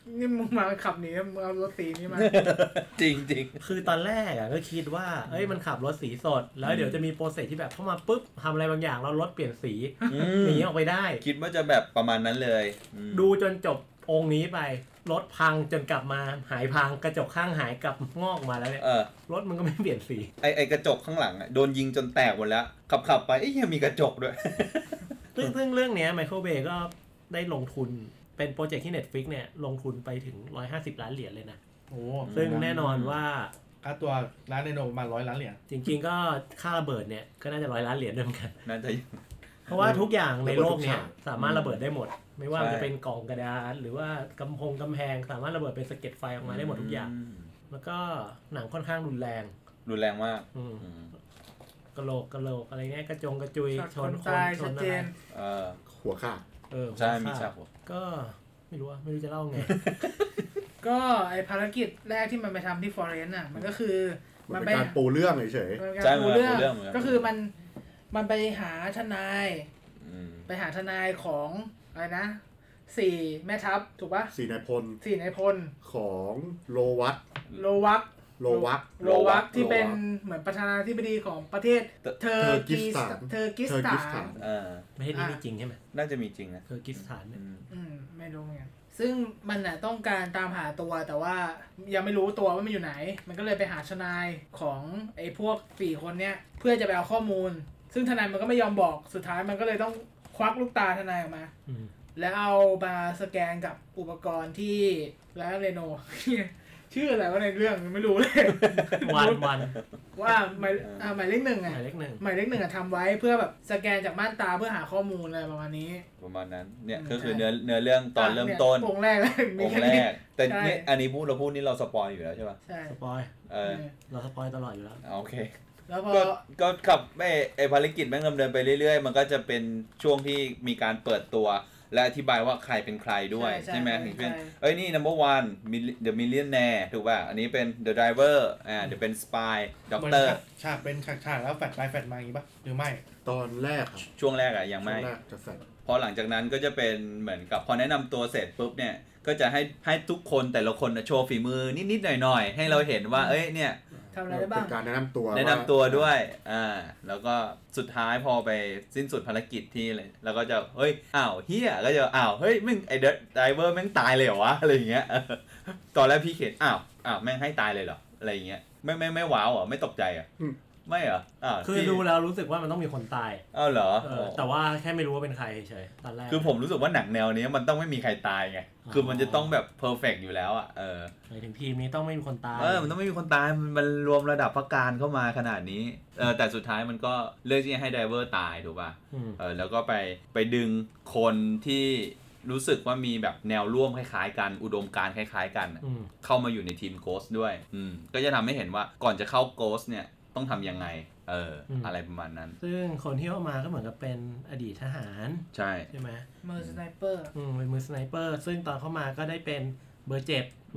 นี่มึงมาขับหนีมึงเอารถสีนี้มาจริงจริงคือตอนแรกก็คิดว่ามันขับรถสีสดแล้วเดี๋ยวจะมีโปรเซสที่แบบเข้ามาปุ๊บทำอะไรบางอย่างแล้วรถเปลี่ยนสีหนีออกไปได้คิดว่าจะแบบประมาณนั้นเลยดูจนจบองค์นี้ไปรถพังจนกลับมาหายพังกระจกข้างหายกลับงอกมาแล้วเนี่ยรถมันก็ไม่เปลี่ยนสีไอกระจกข้างหลังโดนยิงจนแตกหมดแล้วขับไปยังมีกระจกด้วยซึ่งเรื่องนี้ไมเคิลเบย์ก็ได้ลงทุนเป็นโปรเจกต์ที่ Netflix เนี่ยลงทุนไปถึง150ล้านเหรียญเลยนะโอ้ซึ่งแน่นอนว่าค่าตัวร้านไดโนประมาณ100ล้านเหรียญจริงๆก็ค่าระเบิดเนี่ยก็น่าจะ100ล้านเหรียญด้วยเหมือนกันน่าจะเพราะว่าทุกอย่างในโลกเนี่ยสามารถระเบิดได้หมดไม่ว่าจะเป็นกล่องกระดาษหรือว่ากำแพงสามารถระเบิดเป็นสะเก็ดไฟออกมาได้หมดทุกอย่างแล้วก็หนังค่อนข้างรุนแรงมากกระโหลกอะไรเงี้ยกระจุยชนคนชนอะไรหัวขาดใช่มีฉากก็ไม่รู้จะเล่าไงก็ไอภารกิจแรกที่มันไปทำที่ฟอเรนต์มันก็คือมันเป็นการปูเรื่องเฉยๆใช่ปูเรื่องก็คือมันไปหาทนายของอะไรนะ4แม่ทัพถูกปะ 4นายพลของโลวักที่เป็นเหมือนประธานาธิบดีของประเทศเทอร์กิสถานประเทศนี้มีจริงใช่ไหมน่าจะมีจริงนะเทอร์กิสถานเนี่ยไม่รู้เหมือนกันซึ่งมันน่ะต้องการตามหาตัวแต่ว่ายังไม่รู้ตัวว่ามันอยู่ไหนมันก็เลยไปหาทนายของไอ้พวก4คนเนี้ยเพื่อจะไปเอาข้อมูลซึ่งทนายมันก็ไม่ยอมบอกสุดท้ายมันก็เลยต้องควักลูกตาทนายออกมาแล้วเอามาสแกนกับอุปกรณ์ที่ร้านเรโนชื่ออะไรวะในเรื่องไม่รู้เลยวันว่าหมายเลขหนึ่งทำไว้เพื่อแบบสแกนจากม่านตาเพื่อหาข้อมูลอะไรประมาณนี้ประมาณนั้นเนี่ยก็คือเนื้อเรื่องตอนเริ่มต้นองค์แรกแต่นี่อันนี้เราพูดนี่เราสปอยอยู่แล้วใช่ป่ะใช่สปอยเราสปอยตลอดอยู่แล้วโอเคแล้วก็ขับไอภารกิจแม่งดำเนินไปเรื่อยๆมันก็จะเป็นช่วงที่มีการเปิดตัวและอธิบายว่าใครเป็นใครด้วยใช่ไหมถึงเป็นนี่ number 1 the millionaire ถูกป่ะอันนี้เป็น the driverเดี๋ยวเป็น spy doctor ฉากเป็นฉากแล้วแฟลชไปแฟลชมาอย่างงี้ป่ะหรือไม่ตอนแรกช่วงแรกยังไม่พอหลังจากนั้นก็จะเป็นเหมือนกับพอแนะนำตัวเสร็จปุ๊บเนี่ยก็จะให้ทุกคนแต่ละคนโชว์ฝีมือนิดๆหน่อยๆให้เราเห็นว่าเนี่ยทำอะไรได้บ้างเป็นการแนะนำตัวด้วยแล้วก็สุดท้ายพอไปสิ้นสุดภารกิจที่เลยแล้วก็จะเฮียก็จะเฮ้ยแม่งไอ้ไดเวอร์แม่งตายเลยเหรอวะอะไรอย่างเงี้ยตอนแรกพี่เขียนแม่งให้ตายเลยเหรออะไรอย่างเงี้ยไม่ว้าวเหรอไม่ตกใจไม่เหรอคือดูแล้วรู้สึกว่ามันต้องมีคนตายเหรอแต่ว่าแค่ไม่รู้ว่าเป็นใครเฉยตอนแรกคือผมรู้สึกว่าหนังแนวนี้มันต้องไม่มีใครตายไงคือมันจะต้องแบบเพอร์เฟกต์อยู่แล้วหมายถึงทีมนี้ต้องไม่มีคนตายมันต้องไม่มีคนตายมันรวมระดับพระการเข้ามาขนาดนี้แต่สุดท้ายมันก็เลือกที่จะให้ไดเวอร์ตายถูกป่ะแล้วก็ไปดึงคนที่รู้สึกว่ามีแบบแนวร่วมคล้ายๆกันอุดมการณ์คล้ายๆกันเข้ามาอยู่ในทีมโกสด้วยก็จะทำให้เห็นว่าก่อนจะเข้าโกสเนี่ยต้องทำยังไงอะไรประมาณนั้นซึ่งคนที่เข้ามาก็เหมือนกับเป็นอดีตทหารใช่ไหมมือสไนเปอร์เป็นมือสไนเปอร์ซึ่งตอนเข้ามาก็ได้เป็นเบอร์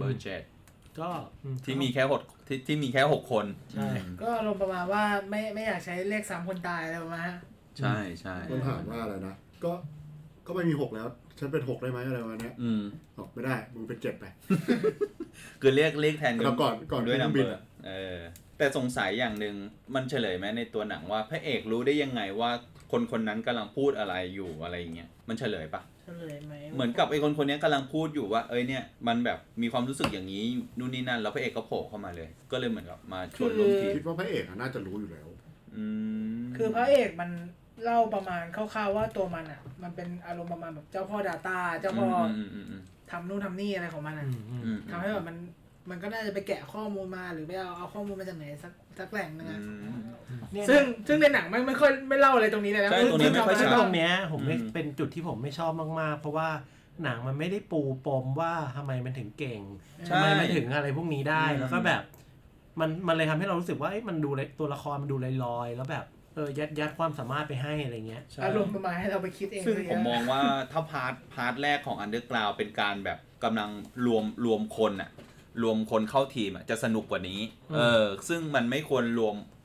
7ก็ที่มีแค่6คนใช่ก็ลงประมาณว่าไม่อยากใช้เลข3คนตายอะไรประมาณใช่คนถามว่าอะไรนะก็ไม่มี6แล้วฉันเป็น6ได้ไหมอะไรประมาณนี้บอกไม่ได้มึงเป็น7ไปคือเรียกแทนก่อนด้วยนัมเบอร์แต่สงสัยอย่างหนึ่งมันเฉลยไหมในตัวหนังว่าพระเอกรู้ได้ยังไงว่าคนนั้นกำลังพูดอะไรอยู่อะไรอย่างเงี้ยมันเฉลยปะเฉลยไหมเหมือนกับไอ้คนนี้กำลังพูดอยู่ว่าเนี่ยมันแบบมีความรู้สึกอย่างนี้นู่นนี่นั่นแล้วพระเอกก็โผล่เข้ามาเลยก็เลยเหมือนกับมาชวนร่วมทีมคิดว่าพระเอกน่าจะรู้อยู่แล้วคือพระเอกมันเล่าประมาณคร่าวๆว่าตัวมันมันเป็นอารมณ์ประมาณแบบเจ้าพ่อ Data เจ้าพ่อทำนู่นทำนี่อะไรของมันทำให้แบบมันก็น่าจะไปแกะข้อมูลมาหรือไปเอาข้อมูลมาจากไหนสักแหล่งนึงซึ่งในหนังไม่ค่อยไม่เล่าอะไรตรงนี้เลยนะตรงนี้ไม่ค่อยชัดตรงเนี้ยผมเป็นจุดที่ผมไม่ชอบมากๆเพราะว่าหนังมันไม่ได้ปูปมว่าทำไมมันถึงเก่งทำไมมันถึงอะไรพวกนี้ได้แล้วก็แบบมันเลยทำให้เรารู้สึกว่ามันดูตัวละครมันดูลอยๆแล้วแบบยัดความสามารถไปให้อะไรเงี้ยอารมณ์ประมาณให้เราไปคิดเองซึ่งผมมองว่าถ้าพาร์ทแรกของ Underground เป็นการแบบกำลังรวมคนเข้าทีมจะสนุกกว่านี้ซึ่งมันไม่ควรรวม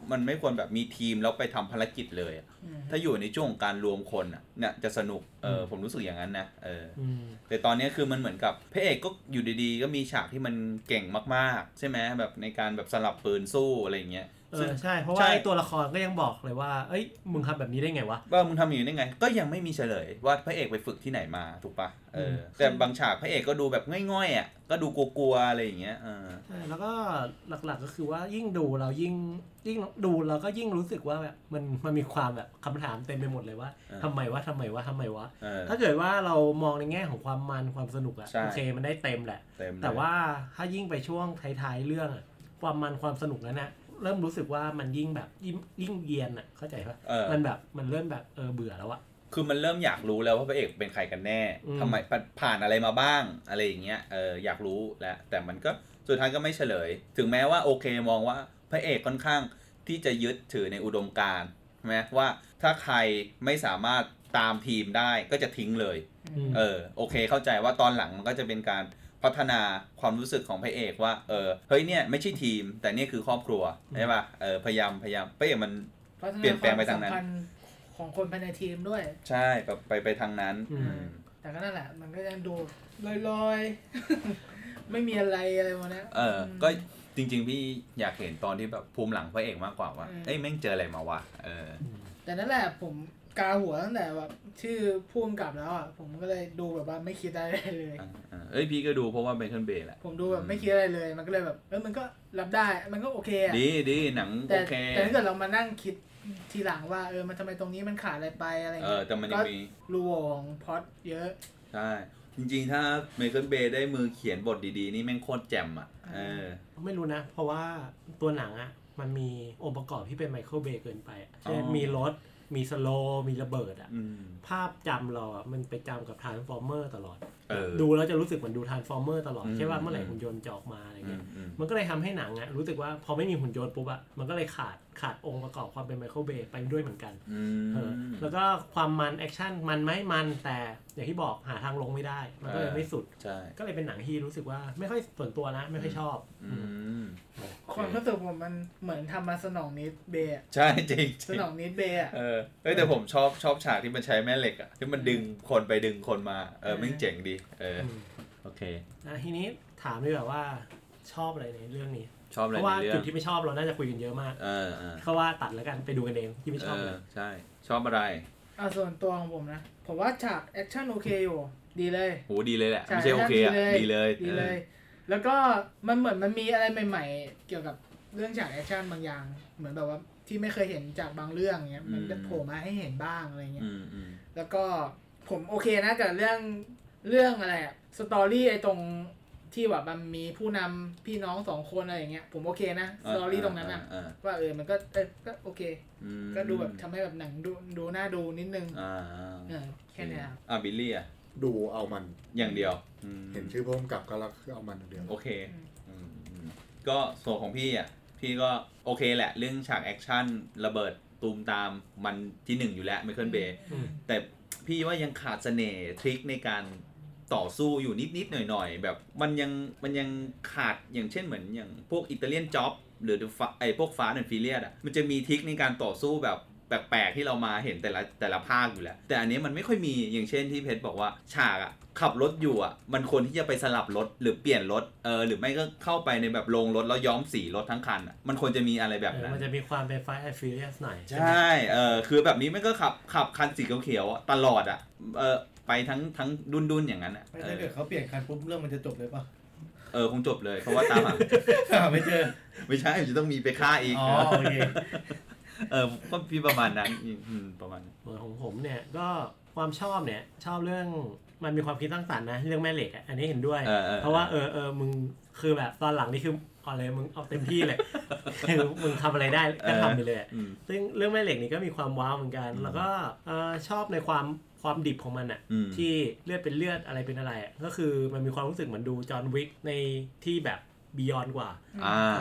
มันไม่ควรแบบมีทีมแล้วไปทำภารกิจเลยถ้าอยู่ในช่วงของการรวมคนอ่ะเนี่ยจะสนุกผมรู้สึกอย่างนั้นนะแต่ตอนนี้คือมันเหมือนกับพระเอกก็อยู่ดีๆก็มีฉากที่มันเก่งมากๆใช่ไหมแบบในการแบบสลับปืนสู้อะไรอย่างเงี้ยใช่เพราะว่าไอ้ตัวละครก็ยังบอกเลยว่าเอ้ยมึงทำแบบนี้ได้ไงวะว่ามึงทำอย่างนี้ได้ไงก็ยังไม่มีเฉลยว่าพระเอกไปฝึกที่ไหนมาถูกปะแต่บางฉากพระเอกก็ดูแบบง่อยๆอ่ะก็ดูกลัวๆอะไรอย่างเงี้ยใช่แล้วก็หลักๆก็คือว่ายิ่งดูเรายิ่งดูเราก็ยิ่งรู้สึกว่าแบบมันมีความแบบคำถามเต็มไปหมดเลยว่าทำไมวะถ้าเกิดว่าเรามองในแง่ของความมันความสนุกอ่ะโอเคมันได้เต็มแหละแต่ว่าถ้ายิ่งไปช่วงท้ายๆเรื่องอ่ะความมันความสนุกนั้นน่ะเริ่มรู้สึกว่ามันยิ่งแบบยิ่งเยียนอ่ะเข้าใจป่ะมันแบบมันเริ่มแบบเบื่อแล้วอะคือมันเริ่มอยากรู้แล้วว่าพระเอกเป็นใครกันแน่ทำไมผ่านอะไรมาบ้างอะไรอย่างเงี้ยอยากรู้แล้วแต่มันก็สุดท้ายก็ไม่เฉลยถึงแม้ว่าโอเคมองว่าพระเอกค่อนข้างที่จะยึดถือในอุดมการณ์ใช่ไหมว่าถ้าใครไม่สามารถตามทีมได้ก็จะทิ้งเลยโอเคเข้าใจว่าตอนหลังมันก็จะเป็นการพัฒนาความรู้สึกของพระเอกว่าเฮ้ยเนี่ยไม่ใช่ทีมแต่นี่คือครอบครัวใช่ป่ะพยายามพระเอกมันเปลี่ยนแปลงไปทางนั้นของคนภายในทีมด้วยใช่แบบไปทางนั้นแต่ก็นั่นแหละมันก็ยังดูลอยๆไม่มีอะไรวะเนี่ยก็จริงๆพี่อยากเห็นตอนที่แบบภูมิหลังพระเอกมากกว่าว่าเอ้ยแม่งเจออะไรมาวะแต่นั่นแหละผมกาหัวตั้งแต่แบบชื่อพุ่มกลับแล้วอ่ะผมก็เลยดูแบบว่าไม่คิดอะไรเลยพี่ก็ดูเพราะว่าเป็นเครื่องเบสแหละผมดูแบบไม่คิดอะไรเลยมันก็เลยแบบมันก็รับได้มันก็โอเคอ่ะดีหนังโอเคแต่ถ้าเกิดเรามานั่งคิดทีหลังว่ามันทำไมตรงนี้มันขาดอะไรไปอะไรเงี้ยแต่มันยังมีรูของพล็อตเยอะใช่จริงๆถ้าไมเคิลเบย์ได้มือเขียนบทดีๆนี่แม่งโคตรแจ่มอ่ะไม่รู้นะเพราะว่าตัวหนังอ่ะมันมีองค์ประกอบที่เป็นไมเคิลเบย์เกินไปเช่นมีรถมีสโลมีระเบิดอ่ะภาพจำเราอ่ะมันไปจำกับทรานส์ฟอร์เมอร์ตลอดดูแล้วจะรู้สึกเหมือนดูทรานส์ฟอร์เมอร์ตลอดใช่ป่ะเมื่อไหร่หุ่นยนต์จะออกมาอะไรเงี้ยมันก็เลยทำให้หนังอ่ะรู้สึกว่าพอไม่มีหุ่นยนต์ปุ๊บอ่ะมันก็เลยขาดองค์ประกอบความเป็นไมเคิลเบย์ไปด้วยเหมือนกันแล้วก็ความมันแอคชั่นมันไหมมันแต่อย่างที่บอกหาทางลงไม่ได้มันก็เลยไม่สุดก็เลยเป็นหนังที่รู้สึกว่าไม่ค่อยส่วนตัวนะไม่ค่อยชอบความรู้สึกผมมันเหมือนทำมาสนองนิดเบย์ใช่จริงสนองนิดเบย์แต่ผมชอบฉากที่มันใช้แม่เหล็กอ่ะที่มันดึงคนไปดึงคนมาไม่เจ๋งดีโอเคทีนี้ถามเลยแบบว่าชอบอะไรในเรื่องนี้ชอบอะไรในเรื่องเพราะว่าจุดที่ไม่ชอบเราน่าจะคุยกันเยอะมากเขาว่าตัดแล้วกันไปดูกันเองที่ไม่ชอบเลยใช่ชอบอะไรส่วนตัวของผมนะผมว่าฉากแอคชั่นโอเคอยู่ดีเลยโหดีเลยแหละไม่ใช่โอเคอ่ะดีเลยแล้วก็มันเหมือนมันมีอะไรใหม่ๆเกี่ยวกับเรื่องฉากแอคชั่นบางอย่างเหมือนแบบว่าที่ไม่เคยเห็นจากบางเรื่องเงี้ยมันจะโผล่มาให้เห็นบ้างอะไรเงี้ยแล้วก็ผมโอเคนะกับเรื่องอะไรอะสตอรี่ไอ้ตรงที่แบบมันมีผู้นำพี่น้อง2คนอะไรอย่างเงี้ยผมโอเคนะสตอรี่ตรงนั้นอะว่ามันก็โอเคก็ดูแบบทำให้แบบหนังดูน่าดูนิดนึงแค่นี้ครับบิลลี่อะดูเอามันอย่างเดียวเห็นชื่อผู้กำกับก็รักเอามันเดียวโอเคก็ส่วนของพี่อ่ะพี่ก็โอเคแหละเรื่องฉากแอคชั่นระเบิดตูมตามมันที่1อยู่แล้วไมเคิลเบย์แต่พี่ว่ายังขาดเสน่ห์ทริคในการต่อสู้อยู่นิดๆหน่อยๆแบบมันยังขาดอย่างเช่นเหมือนอย่างพวกอิตาเลียนจ็อบหรือพวกฟาสต์แอนด์ฟิเลียสอ่ะมันจะมีทริคในการต่อสู้แบบแปลกๆที่เรามาเห็นแต่ละภาคอยู่แล้วแต่อันนี้มันไม่ค่อยมีอย่างเช่นที่เพชรบอกว่าฉากอ่ะขับรถอยู่อ่ะมันควรที่จะไปสลับรถหรือเปลี่ยนรถหรือไม่ก็เข้าไปในแบบโรงรถแล้วย้อมสีรถทั้งคันอ่ะมันควรจะมีอะไรแบบนั้นมันจะมีความเป็น Fast and Furious หน่อยใช่คือแบบนี้มันก็ขับคันสีเขียวๆตลอดอ่ะไปทั้งดุนๆอย่างนั้นอ่ะถ้าเกิดเขาเปลี่ยนคันปุ๊บเรื่องมันจะจบเลยป่ะคงจบเลยเพราะว่าตามหาไม่เจอไม่ใช่จะต้องมีไปฆ่าอีกอ๋อโอเคก็พี่ประมาณนั้นประมาณของผมเนี่ยก็ความชอบเนี่ยชอบเรื่องมันมีความคิดสร้างสรรค์นะเรื่องแม่เหล็กอันนี้เห็นด้วยเพราะว่ามึงคือแบบตอนหลังนี่คืออะไรมึงเอาเต็มที่เลยมึงทำอะไรได้ก็ทำไปเลยซึ่งเรื่องแม่เหล็กนี่ก็มีความว้าวเหมือนกันแล้วก็ชอบในความดิบของมันอ่ะที่เลือดเป็นเลือดอะไรเป็นอะไรก็คือมันมีความรู้สึกเหมือนดูจอห์นวิกในที่แบบบียอนกว่า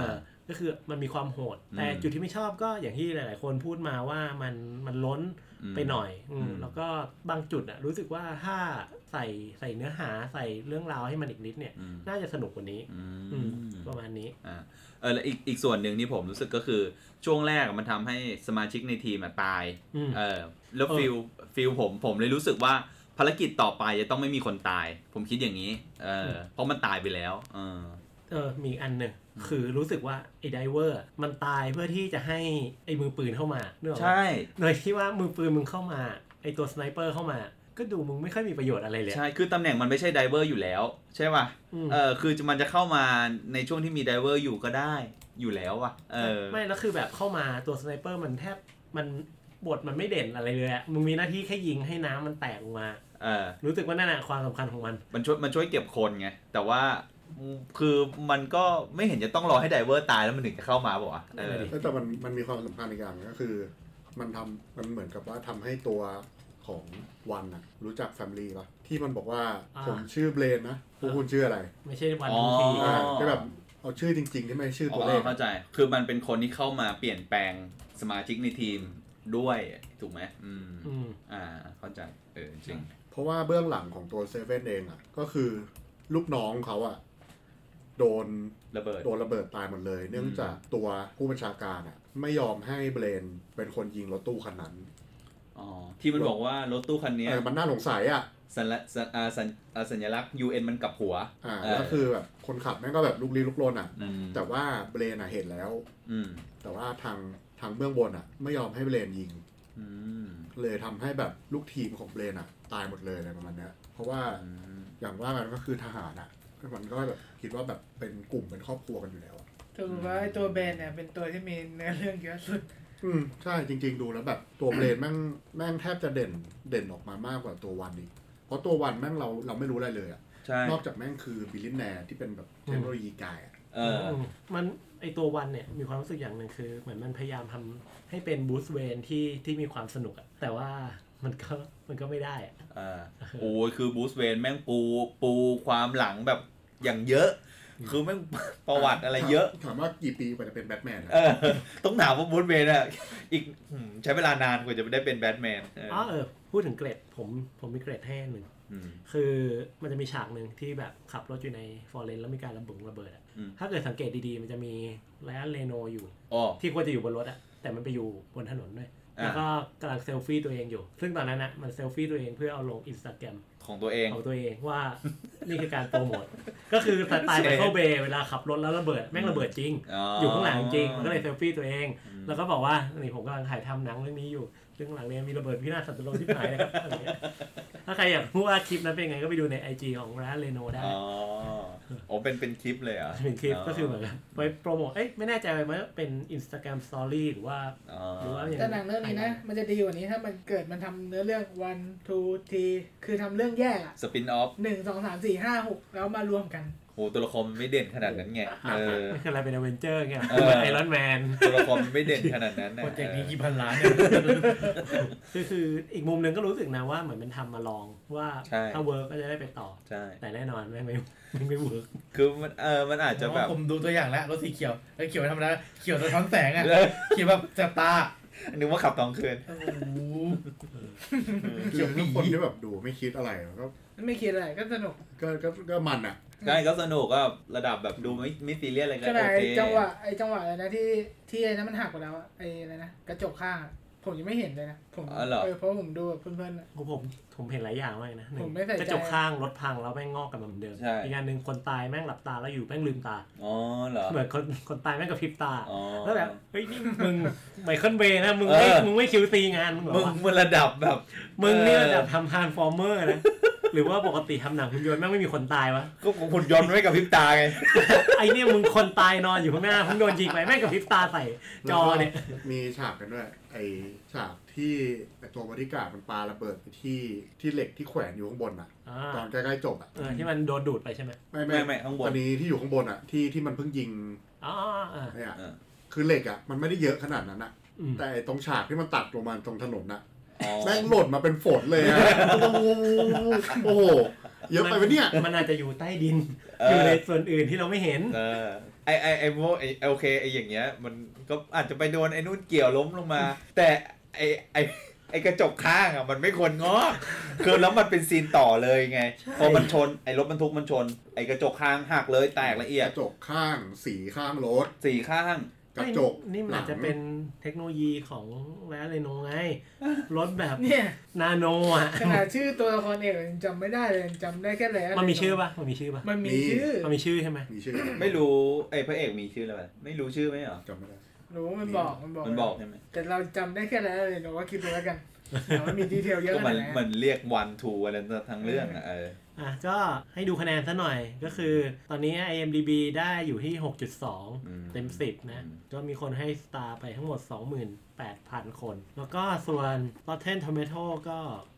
ก็คือมันมีความโหดแต่จุดที่ไม่ชอบก็อย่างที่หลายๆคนพูดมาว่ามันล้นไปหน่อยแล้วก็บางจุดรู้สึกว่าถ้าใส่เนื้อหาใส่เรื่องราวให้มันอีกนิดเนี่ยน่าจะสนุกกว่านี้ประมาณนี้แล้วอีกส่วนหนึ่งที่ผมรู้สึกก็คือช่วงแรกมันทำให้สมาชิกในทีมตายแล้วฟิลผมเลยรู้สึกว่าภารกิจต่อไปจะต้องไม่มีคนตายผมคิดอย่างนี้เพราะมันตายไปแล้วมีอันหนึ่งคือรู้สึกว่าไอ้ไดเวอร์มันตายเพื่อที่จะให้ไอ้มือปืนเข้ามาใช่โดยที่ว่ามือปืนมึงเข้ามาไอ้ตัวสไนเปอร์เข้ามาก็ดูมึงไม่ค่อยมีประโยชน์อะไรเลยใช่คือตำแหน่งมันไม่ใช่ไดเวอร์อยู่แล้วใช่ป่ะคือมันจะเข้ามาในช่วงที่มีไดเวอร์อยู่ก็ได้อยู่แล้วว่ะไม่แล้วคือแบบเข้ามาตัวสไนเปอร์มันแทบมันบทมันไม่เด่นอะไรเลยมึงมีหน้าที่แค่ยิงให้น้ำมันแตกออกมารู้สึกว่านั่นแหละความสำคัญของมันช่วยเก็บคนไงแต่ว่าคือมันก็ไม่เห็นจะต้องรอให้ไดเวอร์ตายแล้วมันถึงจะเข้ามาบอกว่าแต่มันมีความสำคัญอีกอย่างก็คือมันเหมือนกับว่าทำให้ตัวของวันน่ะรู้จักแฟมิลี่ป่ะที่มันบอกว่าผมชื่อเบรนนะพวกคุณชื่ออะไรไม่ใช่วันทุกทีก็แบบเอาชื่อจริงๆที่ไม่ชื่อตัวเลขเข้าใจคือมันเป็นคนที่เข้ามาเปลี่ยนแปลงสมาชิกในทีมด้วยถูกไหมเข้าใจจริงเพราะว่าเบื้องหลังของตัวเซเว่นเองก็คือลูกน้องเขาโดนระเบิดตายหมดเลยเนื่องจากตัวผู้บัญชาการไม่ยอมให้เบรนเป็นคนยิงรถตู้คันนั้นที่มันบอกว่ารถตู้คันนี้มันน่าสงสัยสัญลักษณ์ UN มันกลับหัวแล้วคือแบบคนขับแม่งก็แบบลุกลี้ลุกลนแต่ว่าเบรนเห็นแล้วแต่ว่าทางเบื้องบนไม่ยอมให้เบรนยิงเลยทำให้แบบลูกทีมของเบรนตายหมดเลยอะไรประมาณนี้เพราะว่าอย่างว่ามันก็คือทหารมันก็แบบคิดว่าแบบเป็นกลุ่มเป็นครอบครัวกันอยู่แล้วถือว่าตัวเบรนเนี่ยเป็นตัวที่มีเนื้อเรื่องเยอะสุดใช่จริงๆดูแล้วแบบตัวเบรนแม่งแทบจะเด่นออกมามากกว่าตัววันอีกเพราะตัววันแม่งเราไม่รู้อะไรเลยนอกจากแม่งคือบิลลินแนร์ที่เป็นแบบเทคโนโลยีกายมันไอตัววันเนี่ยมีความรู้สึกอย่างหนึ่งคือเหมือนมันพยายามทำให้เป็นบูสเวนที่มีความสนุกแต่ว่ามันก็ไม่ได้โอ้ยคือบูสเวนแม่งปูความหลังแบบอย่างเยอะคือแม่งประวัติอะไรเยอะถามว่ากี่ปีกว่าจะเป็นแบทแมนต้องถามว่าบูสเวนอีกใช้เวลานานกว่าจะได้เป็นแบทแมนพูดถึงเกรดผมมีเกรดให้หนึ่งคือมันจะมีฉากหนึ่งที่แบบขับรถอยู่ในฟอร์เรนแล้วมีการระเบิดถ้าเกิดสังเกตดีๆมันจะมีไลออนเรโนอยู่ที่ควรจะอยู่บนรถแต่มันไปอยู่บนถนนด้วยแล้วก็กำลังเซลฟี่ตัวเองอยู่ซึ่งตอนนั้นมันเซลฟี่ตัวเองเพื่อเอาลง Instagram ของตัวเองว่านี่คือการโปรโมทก็คือสไตล์ไมเคิลเบย์เวลาขับรถแล้วระเบิดแม่งระเบิดจริงอยู่ข้างหลังจริงมันก็เลยเซลฟี่ตัวเองแล้วก็บอกว่านี่ผมกำลังถ่ายทำหนังเรื่องนี้อยู่ซึ่งหลังนี้มีระเบิดพินาศสันตโลที่หายนะครับถ้าใครอยากรู้ว่าคลิปนั้นเป็นไงก็ไปดูใน IG ของร้านเรโนได้เป็นคลิปเลยเหรอเป็นคลิปก็คือเหมือนไปโปรโมทไม่แน่ใจว่าเป็น Instagram Story หรือว่าแต่หนังเรื่องนี้นะมันจะดีกว่านี้ถ้ามันเกิดมันทำเนื้อเรื่อง 1 2 3คือทำเรื่องแยกสปินออฟ 1 2 3 4 5 6แล้วมารวมกันโอ้ตัวละครมันไม่เด่นขนาดนั้นไงไม่ใช่อะไรเป็นอเวนเจอร์ไงไอรอนแมนตัวละครมันไม่เด่นขนาดนั้นโปรเจกต์นี้กี่พันล้านคืออีกมุมนึงก็รู้สึกนะว่าเหมือนมันทำมาลองว่าถ้าเวิร์กก็จะได้ไปต่อแต่แน่นอนไม่เวิร์กคือมันอาจจะแบบผมดูตัวอย่างแล้วรถสีเขียวแล้วเขียวธรรมดาเขียวสะท้อนแสงเขียวแบบแสบตานึกว่าขับตอนคืนเขียวมีคนที่แบบดูไม่คิดอะไรก็ไม่คิดอะไรก็สนุกก็มันใช่ก็สนุกก็ระดับแบบดูไม่ซีเรียสอะไรกันโอเคจังหวะอะไรนะที่ไอ้นั้นมันหักไปแล้วไอ้อะไรนะกระจกข้างผมยังไม่เห็นเลยนะผมเพราะผมดูเพื่อนๆผมเห็นหลายอย่างมากนะกระจกข้างรถพังแล้วแม่งงอกกันเหมือนเดิมอีกงานนึงคนตายแม่งหลับตาแล้วอยู่แม่งลืมตาเหมือนคนตายแม่งกระพริบตาแล้วแบบเฮ้ยนี่มึงไมเคิลเบย์นะมึงไม่คิวตีงานมึงระดับแบบมึงนี่ระดับทำทรานส์ฟอร์เมอร์นะหรือว่าปกติทำหนังหุ่นยนต์แม่งไม่มีคนตายวะก็ของหุ่นยนต์ไม่กับพริบตาไงไอ้เนี่ยมึงคนตายนอนอยู่ข้างหน้าพุ่งโดนยิงไปแม่งกับพริบตาใส่จอเนี่ยมีฉากกันด้วยไอ้ฉากที่ตัวบริการมันปาระเบิดไปที่เหล็กที่แขวนอยู่ข้างบนตอนใกล้ๆจบที่มันโดนดูดไปใช่ไหมไม่ข้างบนอันนี้ที่อยู่ข้างบนที่มันเพิ่งยิงเนี่ยคือเหล็กมันไม่ได้เยอะขนาดนั้นแต่ตรงฉากที่มันตัดลงมาตรงถนนแม่งหล่นมาเป็นฝนเลยโอ้โหเยอะไปปะเนี่ยมันอาจจะอยู่ใต้ดินอยู่ในส่วนอื่นที่เราไม่เห็นไอ้พวกโอเคไอ้อย่างเงี้ยมันก็อาจจะไปโดนไอ้นู่นเกี่ยวล้มลงมาแต่ไอ้กระจกข้างอ่ะมันไม่ควรงอคือแล้วมันเป็นซีนต่อเลยไงพอมันชนไอ้รถบรรทุกมันชนไอ้กระจกข้างหักเลยแตกละเอียดกระจกข้างสีข้างรถสีข้างกระจกนี่มันอาจจะเป็นเทคโนโลยีของแวร์เรโนไงรถแบบนาโนอ่ะขนาดชื่อตัวละครเอกจำไม่ได้เลยจำได้แค่แล้วมันมีชื่อปะมันมีชื่อปะมันมีชื่อใช่ไหมมีชื่อไม่รู้ไอ้พระเอกมีชื่ออะไรไม่รู้ชื่อไหมเหรอจำไม่ได้รู้มันบอกใช่ไหมแต่เราจำได้แค่แล้วเลยเราว่าคิดดูแล้วกันแต่ว่ามีดีเทลเยอะขนาดไหนมันเรียก1 2อะไรทั้งเรื่องก็ให้ดูคะแนนซะหน่อยก็คือตอนนี้ IMDb ได้อยู่ที่ 6.2 เต็ม 10 นะก็มีคนให้สตาร์ไปทั้งหมด 28,000 คนแล้วก็ส่วน Rotten Tomato ก็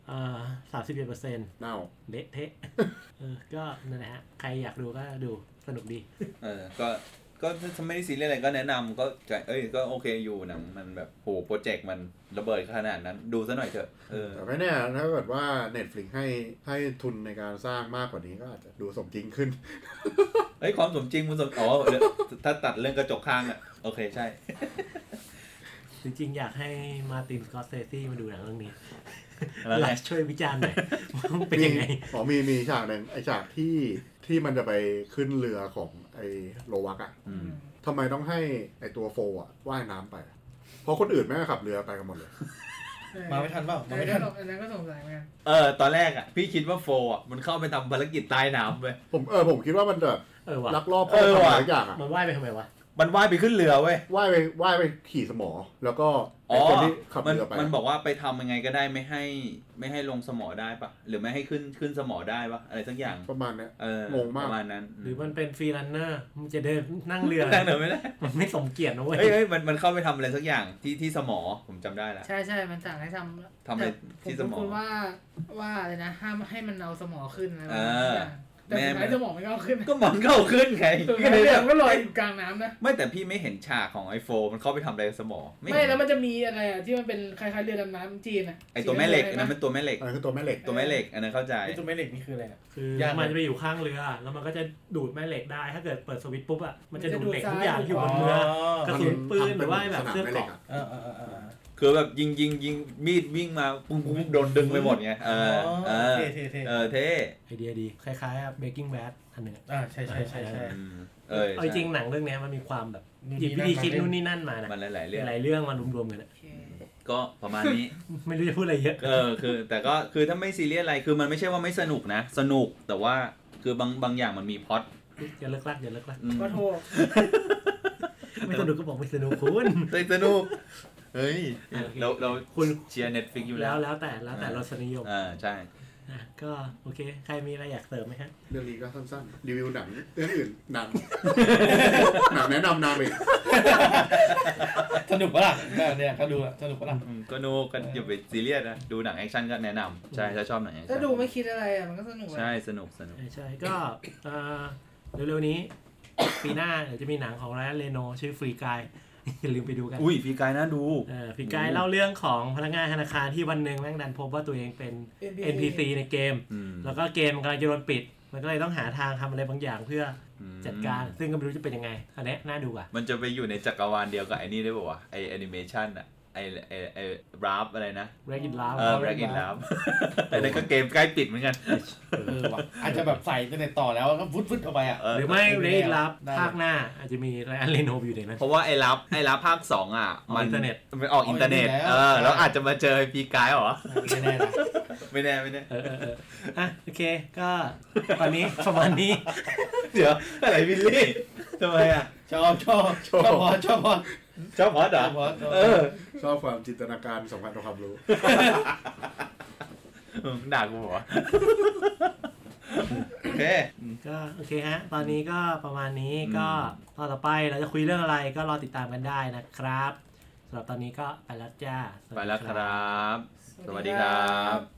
31% เน่าเละเทะก็นั่นแหละฮะใครอยากดูก็ดูสนุกดีก็ถ้าไม่ได้ซีเรียสอะไรก็แนะนำก็ก็โอเคอยู่หนังมันแบบโหโปรเจกต์มันระเบิดขนาดนั้นดูซะหน่อยเถอะแต่ไม่แน่ถ้าเกิดว่า Netflix ให้ทุนในการสร้างมากกว่านี้ก็อาจจะดูสมจริงขึ้นความสมจริงมันถ้าตัดเรื่องกระจกข้างอ่ะโอเคใช่จริงๆอยากให้มาร์ตินสกอร์เซซีมาดูหนังเรื่องนี้แล้วช่วยวิจารณ์หน่อยเป็นยังไงมีฉากนึงไอ้ฉากที่มันจะไปขึ้นเรือของไอ้โลวักอ่ะทำไมต้องให้ไอ้ตัวโฟอ่ะว่ายน้ำไปเพราะคนอื่นไม่ขับเรือไปกันหมดเลยมาไม่ทันเปล่ามาไม่ทันอันนั้นก็สงสัยเหมือนกันตอนแรกอ่ะพี่คิดว่าโฟอ่ะมันเข้าไปทำภารกิจใต้น้ำไปผมคิดว่ามันจะลักลอบเข้าไปทำอะไรอย่างอ่ะมันว่ายไปทำไมวะมันว่ายไปขึ้นเรือเว้ยว่ายไปขี่สมอแล้วก็ไอ้คนที่ขับเรือไปมันบอกว่าไปทำยังไงก็ได้ไม่ให้ลงสมอได้ปะหรือไม่ให้ขึ้นสมอได้ปะอะไรสักอย่างประมาณนี้งงมากประมาณนั้นหรือมันเป็นฟรีรันเนอร์มันจะเดินนั่งเรือไม่ได้มันไม่สมเกียรตินะเว้ยมันเข้าไปทำอะไรสักอย่างที่สมอผมจำได้แล้วใช่มันสั่งให้ทำอะไรที่สมอคุณว่าอะไรนะห้ามให้มันเอาสมอขึ้นอะไรแต่สุดท้ายสมองไม่เข้าขึ้นก็มันเข้าขึ้นไงก็เลยก็ลอยอยู่กลางน้ำนะไม่แต่พี่ไม่เห็นฉากของไอโฟมันเข้าไปทำอะไรสมองไม่แล้วมันจะมีอะไรอ่ะที่มันเป็นคล้ายๆเรือดำน้ำจีนอ่ะไอตัวแม่เหล็กอันนั้นเป็นตัวแม่เหล็กคือตัวแม่เหล็กอันนั้นเข้าใจตัวแม่เหล็กนี่คืออะไรคือมันจะไปอยู่ข้างเรือแล้วมันก็จะดูดแม่เหล็กได้ถ้าเกิดเปิดสวิตช์ปุ๊บอ่ะมันจะดูดเหล็กทุกอย่างอยู่บนเรือกระสุนปืนหรือว่าแบบเสื้อเกราะคือแบบยิงมีดวิ่งมาปุ้งโดนดึงไปหมดไงเท่ไอเดียดีคล้ายๆ Breaking Bad อันนึงใช่จริงหนังเรื่องนี้มันมีความแบบหยิบวิธีคิดนู่นนี่นั่นมานะมันหลายเรื่องมารวมๆกันนะก็ประมาณนี้ไม่รู้จะพูดอะไรเยอะคือแต่ก็คือถ้าไม่ซีเรียสอะไรคือมันไม่ใช่ว่าไม่สนุกนะสนุกแต่ว่าคือบางอย่างมันมีพล็อตอย่าเลิกลักก็โทษไม่สนุกก็บอกไม่สนุกคุณสนุกเฮ้ยเราคุณเชียร์ Netflix อยู่แล้วแต่รสนิยมใช่ก็โอเคใครมีอะไรอยากเสริมไหมครับเรื่องนี้ก็สั้นๆรีวิวหนังเรื่องอื่นหนังแนะนำนำอีกสนุกปะล่ะเนี่ยก็ดูสนุกปะล่ะก็ดูกันอย่าไปซีเรียสนะดูหนังแอคชั่นก็แนะนำใช่ถ้าชอบหนังแอคชั่นถ้าดูไม่คิดอะไรอ่ะมันก็สนุกใช่สนุกใช่ก็เร็วๆนี้ปีหน้าเดี๋ยวจะมีหนังของไรอันเรโนชื่อฟรีกายอย่าลืมไปดูกันฟรีกายน่าดูฟรีกายเล่าเรื่องของพนักงานธนาคารที่วันหนึ่งแม่งดันพบว่าตัวเองเป็น NPC ในเกมแล้วก็เกมกำลังจะโดนปิดมันก็เลยต้องหาทางทำอะไรบางอย่างเพื่อจัดการซึ่งก็ไม่รู้จะเป็นยังไงอันนี้น่าดูอ่ะมันจะไปอยู่ในจักรวาลเดียวกับไอ้นี่ได้ป่าววะไอแอนิเมชันอ่ะไอราฟอะไรนะ Break It Love Break It Love แต่นั่นก็เกมใกล้ปิดเหมือนกันอาจจะแบบใส่ตั้งแต่ต่อแล้วก็ฟุดออกไปอ่ะหรือไม่ Break It Love ภาคหน้าอาจจะมีไรอันเรโนอยู่ในนั้นเพราะว่าไอ้รับภาค2อ่ะมันออกอินเทอร์เน็ตแล้วอาจจะมาเจอพีกายเหรอไม่แน่โอเคก็ตอนนี้ประมาณนี้เดี๋ยวอะไรวิลลี่ทำไมอ่ะชอบพอชอบพอเหรอชอบความจินตนาการสำคัญต่อความรู้ด่ากูเหรอโอเคฮะตอนนี้ก็ประมาณนี้ก็ตอนต่อไปเราจะคุยเรื่องอะไรก็รอติดตามกันได้นะครับสำหรับตอนนี้ก็ไปแล้วจ้าไปแล้วครับสวัสดีครับ